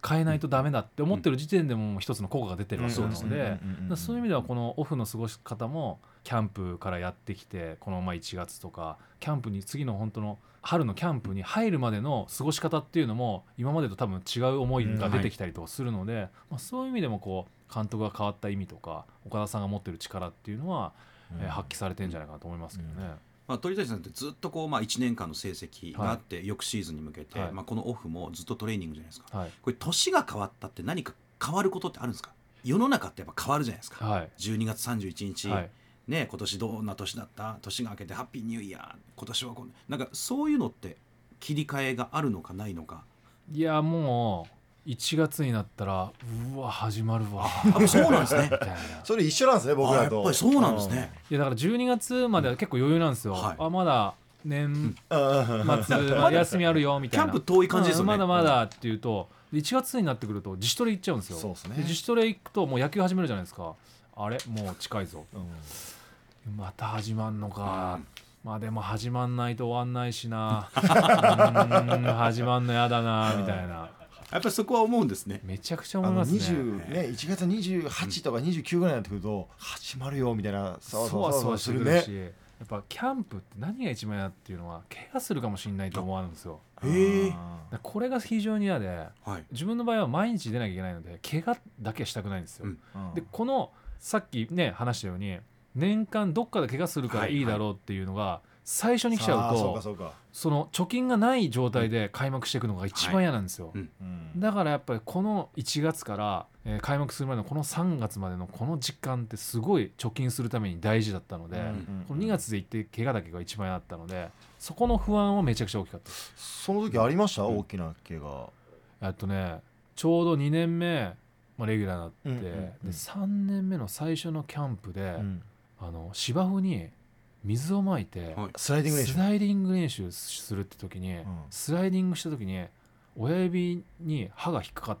変えないとダメだって思ってる時点でも一つの効果が出てるわけなので、そういう意味ではこのオフの過ごし方もキャンプからやってきて、この1月とかキャンプに次の本当の春のキャンプに入るまでの過ごし方っていうのも今までと多分違う思いが出てきたりとかするので、そういう意味でもこう監督が変わった意味とか岡田さんが持ってる力っていうのは発揮されてるんじゃないかなと思いますけどね。 鳥谷さんってずっとこう、1年間の成績があって、翌シーズンに向けて、このオフもずっとトレーニングじゃないですか、これ年が変わったって何か変わることってあるんですか？世の中ってやっぱ変わるじゃないですか、12月31日、ね、今年どんな年だった、年が明けてハッピーニューイヤー、今年はなんかそういうのって切り替えがあるのかないのか。 いやもう1月になったらうわ始まるわそうなんですねそれ一緒なんですね僕らと。 やっぱりそうなんですね。 いやだから12月までは結構余裕なんですよ、まだ年末休みあるよみたいな、 キャンプ遠い感じですよね、 まだまだっていうと1月になってくると自主トレ行っちゃうんですよ。 そうですね。 で自主トレ行くともう野球始めるじゃないですか。あれもう近いぞ、また始まんのか、でも始まんないと終わんないしな始まんのやだなみたいな、 やっぱりそこは思うんですね。 めちゃくちゃ思いますね。 1月28とか29ぐらいになってくると、始まるよみたいなそわそわするね。やっぱキャンプって何が一番嫌っていうのは怪我するかもしれないと思われるんですよ。これが非常に嫌で、自分の場合は毎日出なきゃいけないので怪我だけはしたくないんですよ、でこのさっきね話したように年間どっかで怪我するからいいだろうっていうのが最初に来ちゃうと、その貯金がない状態で開幕していくのが一番嫌なんですよ、だからやっぱりこの1月から、開幕するまでのこの3月までのこの時間ってすごい貯金するために大事だったので、この2月で行って怪我だけが一番嫌だったので、そこの不安はめちゃくちゃ大きかったです。 その時ありました、大きな怪我。 ちょうど2年目、レギュラーになって、で3年目の最初のキャンプで、芝生に水をまいて、スライディング練習するって時に、スライディングした時に親指に刃が引っかかって、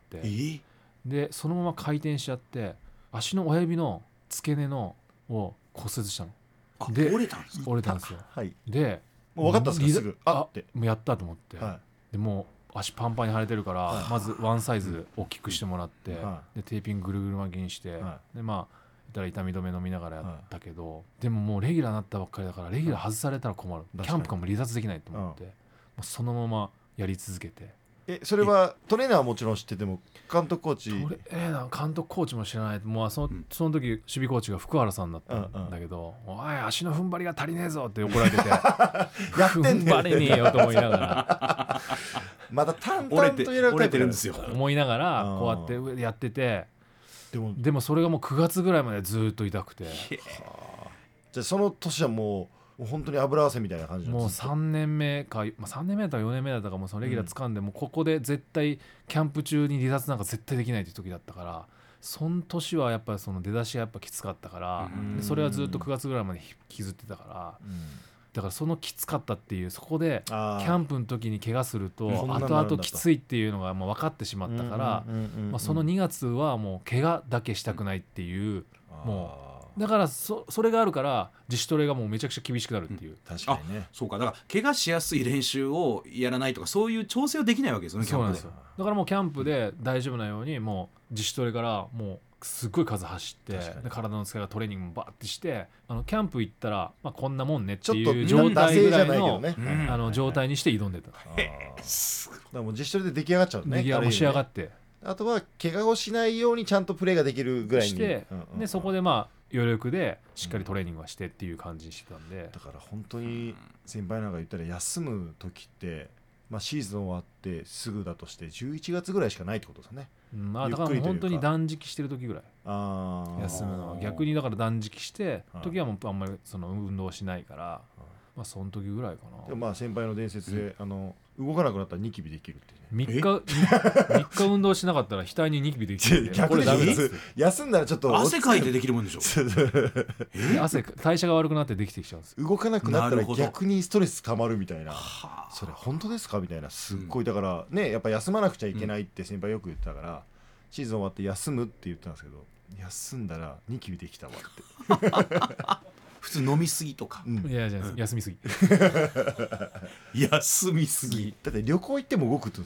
でそのまま回転しちゃって足の親指の付け根のを骨折したの。 で折れたんですか？ 折れたんですよ、でもう分かったんですか？すぐもうやったと思って、でもう足パンパンに腫れてるから、まずワンサイズ大きくしてもらって、でテーピングぐるぐる巻きにして、で痛み止め飲みながらやったけど、でももうレギュラーになったばっかりだからレギュラー外されたら困る、キャンプからも離脱できないと思って、もうそのままやり続けて。 それはトレーナーはもちろん知ってても監督コーチ監督コーチも知らない。もうその時守備コーチが福原さんだったんだけど、おい足の踏ん張りが足りねえぞって怒られてて踏ん張れねえよと思いながらまた淡々とやられてるんですよ思いながらこうやってやってて、でもそれがもう9月ぐらいまでずっと痛くて、 じゃあその年はもう本当に油汗みたいな感じもう3年目か、3年目だったか4年目だったか、もうそのレギュラー掴んで、もうここで絶対キャンプ中に離脱なんか絶対できないという時だったから、その年はやっぱりその出だしがやっぱきつかったから、でそれはずっと9月ぐらいまで引きずってたから、だからそのきつかったっていう、そこでキャンプの時に怪我すると後々きついっていうのがもう分かってしまったから、その2月はもう怪我だけしたくないっていう、もうだからそれがあるから自主トレがもうめちゃくちゃ厳しくなるっていう、 確かにね。 そうか、だから怪我しやすい練習をやらないとか、そういう調整はできないわけですよね。 そうなんですよ。だからもうキャンプで大丈夫なようにもう自主トレからもうすっごい数走って、で体の使いがトレーニングもバーってして、キャンプ行ったら、こんなもんねっていう状態ぐらいの状態にして挑んでた。 だからもう自主トレで出来上がっちゃうね。 もう仕上がって、 あとは怪我をしないようにちゃんとプレーができるぐらいにして、でそこで余力でしっかりトレーニングはしてっていう感じにしてたんで、 だから本当に先輩なんか言ったら休む時って、シーズン終わってすぐだとして11月ぐらいしかないってことですね。 だからもう本当に断食してる時ぐらい休むのは、逆にだから断食して時はもうあんまりその運動しないから、その時ぐらいかな。 でも先輩の伝説で、動かなくなったらニキビできるってね。3日運動しなかったら額にニキビできるって。 逆に休んだらちょっと汗かいてできるもんでしょ代謝が悪くなってできてきちゃうんです。 動かなくなったら逆にストレス溜まるみたいな。それ本当ですかみたいな、すっごい。だからね、やっぱ休まなくちゃいけないって先輩よく言ってたから、シーズン終わって休むって言ってたんですけど、休んだらニキビできたわって普通飲みすぎとか、 いやじゃ休みすぎ休みすぎだって旅行行っても動くって言うんですから。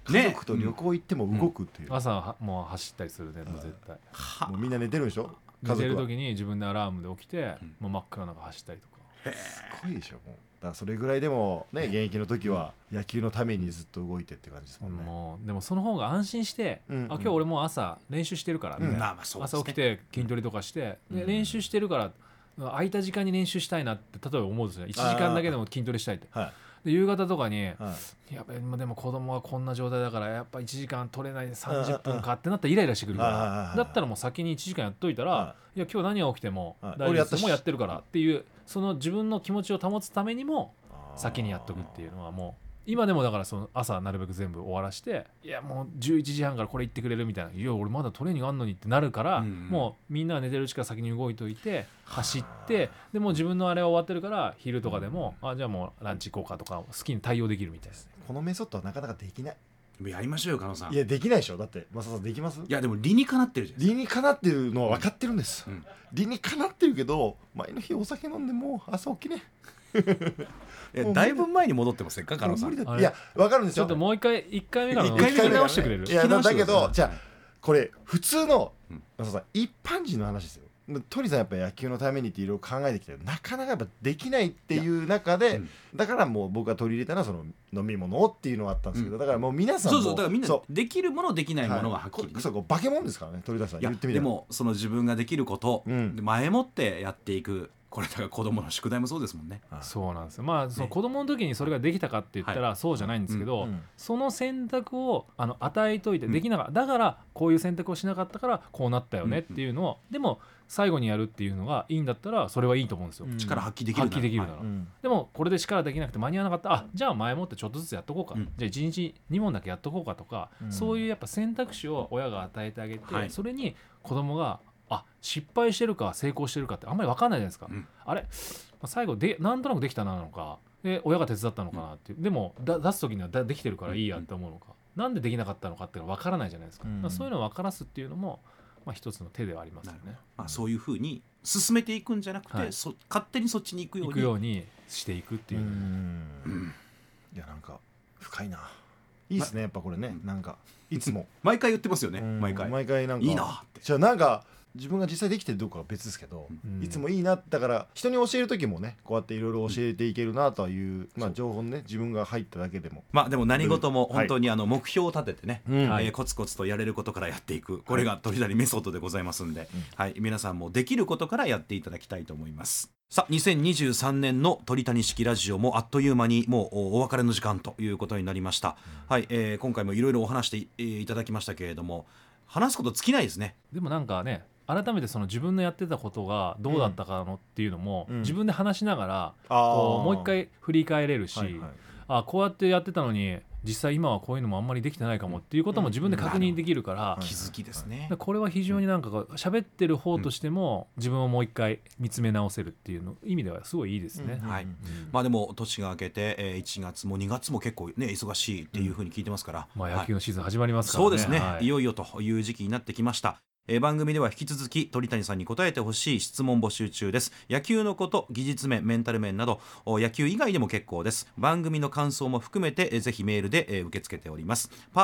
家族と旅行行っても動くっていう、 朝はもう走ったりするね、もう絶対もうみんな寝てるんでしょ、家寝てる族は。 時に自分でアラームで起きて、もう真っ暗な中走ったりとか。 すごいでしょもう。だからそれぐらいでもね、現役の時は野球のためにずっと動いてって感じですもんね。 もうでもその方が安心して、 うん今日俺もう朝練習してるからみたいな、 まあまあそうですね朝起きて筋トレとかして、で練習してるから空いた時間に練習したいなって例えば思うんですよ。1時間だけでも筋トレしたいって。 はで夕方とかに、 いはいやべでも子供がこんな状態だからやっぱ1時間取れないで30分かってなったらイライラしてくるかはいはいはいら、だったらもう先に1時間やっといたら、、 はいや今日何が起きてもはい大丈夫です、 俺やったしもうやってるからっていう、その自分の気持ちを保つためにも先にやっとくっていうのはもう今でもだからその朝なるべく全部終わらしていやもう11時半からこれ行ってくれるみたいな、いや俺まだトレーニングあんのにってなるから、もうみんなが寝てるうちから先に動いといて走ってでもう自分のあれは終わってるから昼とかでもじゃあもうランチ行こうかとか好きに対応できるみたいですね。 このメソッドはなかなかできない。 やりましょうよ加納さん。 いやできないでしょ。だってマサさんできます？ いやでも理にかなってるじゃん。 理にかなってるのは分かってるんです、 うん理にかなってるけど前の日お酒飲んでもう朝起きねだいぶ前に戻ってませんか加納さん。 もう無理だって。いや分かるんですよ。 ちょっともう一回1回目からの一回目聞き直してくれる？ いや聞き直してだけくださいどじゃあこれ普通のうんマサさん一般人の話ですよ。鳥さんやっぱり野球のためにっていろいろ考えてきたけどなかなかやっぱできないっていう中で、だからもう僕が取り入れたのはその飲み物をっていうのはあったんですけど、だからもう皆さんもそうだからみんなそできるものできなういものがはっきりね、 そうこう化け物ですからね鳥田さんいや言ってみたら。 でもその自分ができること、 うんで前もってやっていく、これだから子供の宿題もそうですもんね。 そうなんですよ。まあその子供の時にそれができたかって言ったらそうじゃないんですけど、 うんその選択を与えといてできなかった、だからこういう選択をしなかったからこうなったよねっていうのを、でも最後にやるっていうのがいいんだったらそれはいいと思うんですよ、 うん力発揮できるなら発揮できるなら、 はいうんでもこれで力できなくて間に合わなかったじゃあ前もってちょっとずつやっとこうか、 うんじゃあ1日2問だけやっとこうかとか、 うんそういうやっぱ選択肢を親が与えてあげて、 はいそれに子供が失敗してるか成功してるかってあんまり分かんないじゃないですか、 うんあれ最後でなんとなくできたなのかで親が手伝ったのかなっていう、でも出す時にはできてるからいいやって思うのか、なんでできなかったのかっていうのは分からないじゃないですか、 うんだからそういうのを分からすっていうのも、一つの手ではありますよね。 そういうふうに進めていくんじゃなくて、 はい勝手にそっちに行くように行くようにしていくっていう、 いやなんか深いな。いいですねやっぱこれね、なんかいつも毎回言ってますよね、毎回なんかいいなって。 じゃあなんか自分が実際できてるどうかは別ですけど、 うんいつもいいな。だから人に教える時もねこうやっていろいろ教えていけるなという、情報ね自分が入っただけでも。 でも何事も本当に目標を立ててね、 はいコツコツとやれることからやっていく、これが鳥谷メソッドでございますんで、皆さんもできることからやっていただきたいと思います。さあ2023年の鳥谷式ラジオもあっという間にもうお別れの時間ということになりました、今回もいろいろお話していただきましたけれども、話すこと尽きないですね。 でもなんかね改めてその自分のやってたことがどうだったかのっていうのも、 うん自分で話しながらあこうもう一回振り返れるし、 はいはいこうやってやってたのに実際今はこういうのもあんまりできてないかもっていうことも自分で確認できるから、 気づきですね。 これは非常になんか喋ってる方としても自分をもう一回見つめ直せるっていうの意味ではすごいいいですね。 はいうんでも年が明けて1月も2月も結構ね忙しいっていうふうに聞いてますから、 野球のシーズン始まりますからね。 そうですね、 はいいよいよという時期になってきました。番組では引き続き鳥谷さんに答えてほしい質問募集中です。野球のこと、技術面、メンタル面など野球以外でも結構です。番組の感想も含めてぜひメールで受け付けております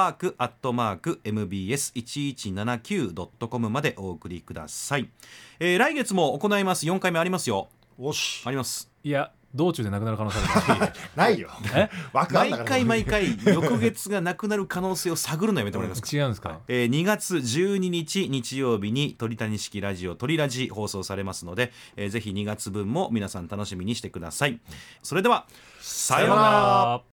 。park@mbs1179.com までお送りください。来月も行います。4回目ありますよ。 おしあります。 いや道中でなくなる可能性あるないよえ毎枠あんだから回毎回翌月がなくなる可能性を探るのやめてもらえますか。 違うんですか。 2月12日日曜日に鳥谷式ラジオ鳥ラジ放送されますので、ぜひ2月分も皆さん楽しみにしてください。それではさようなら。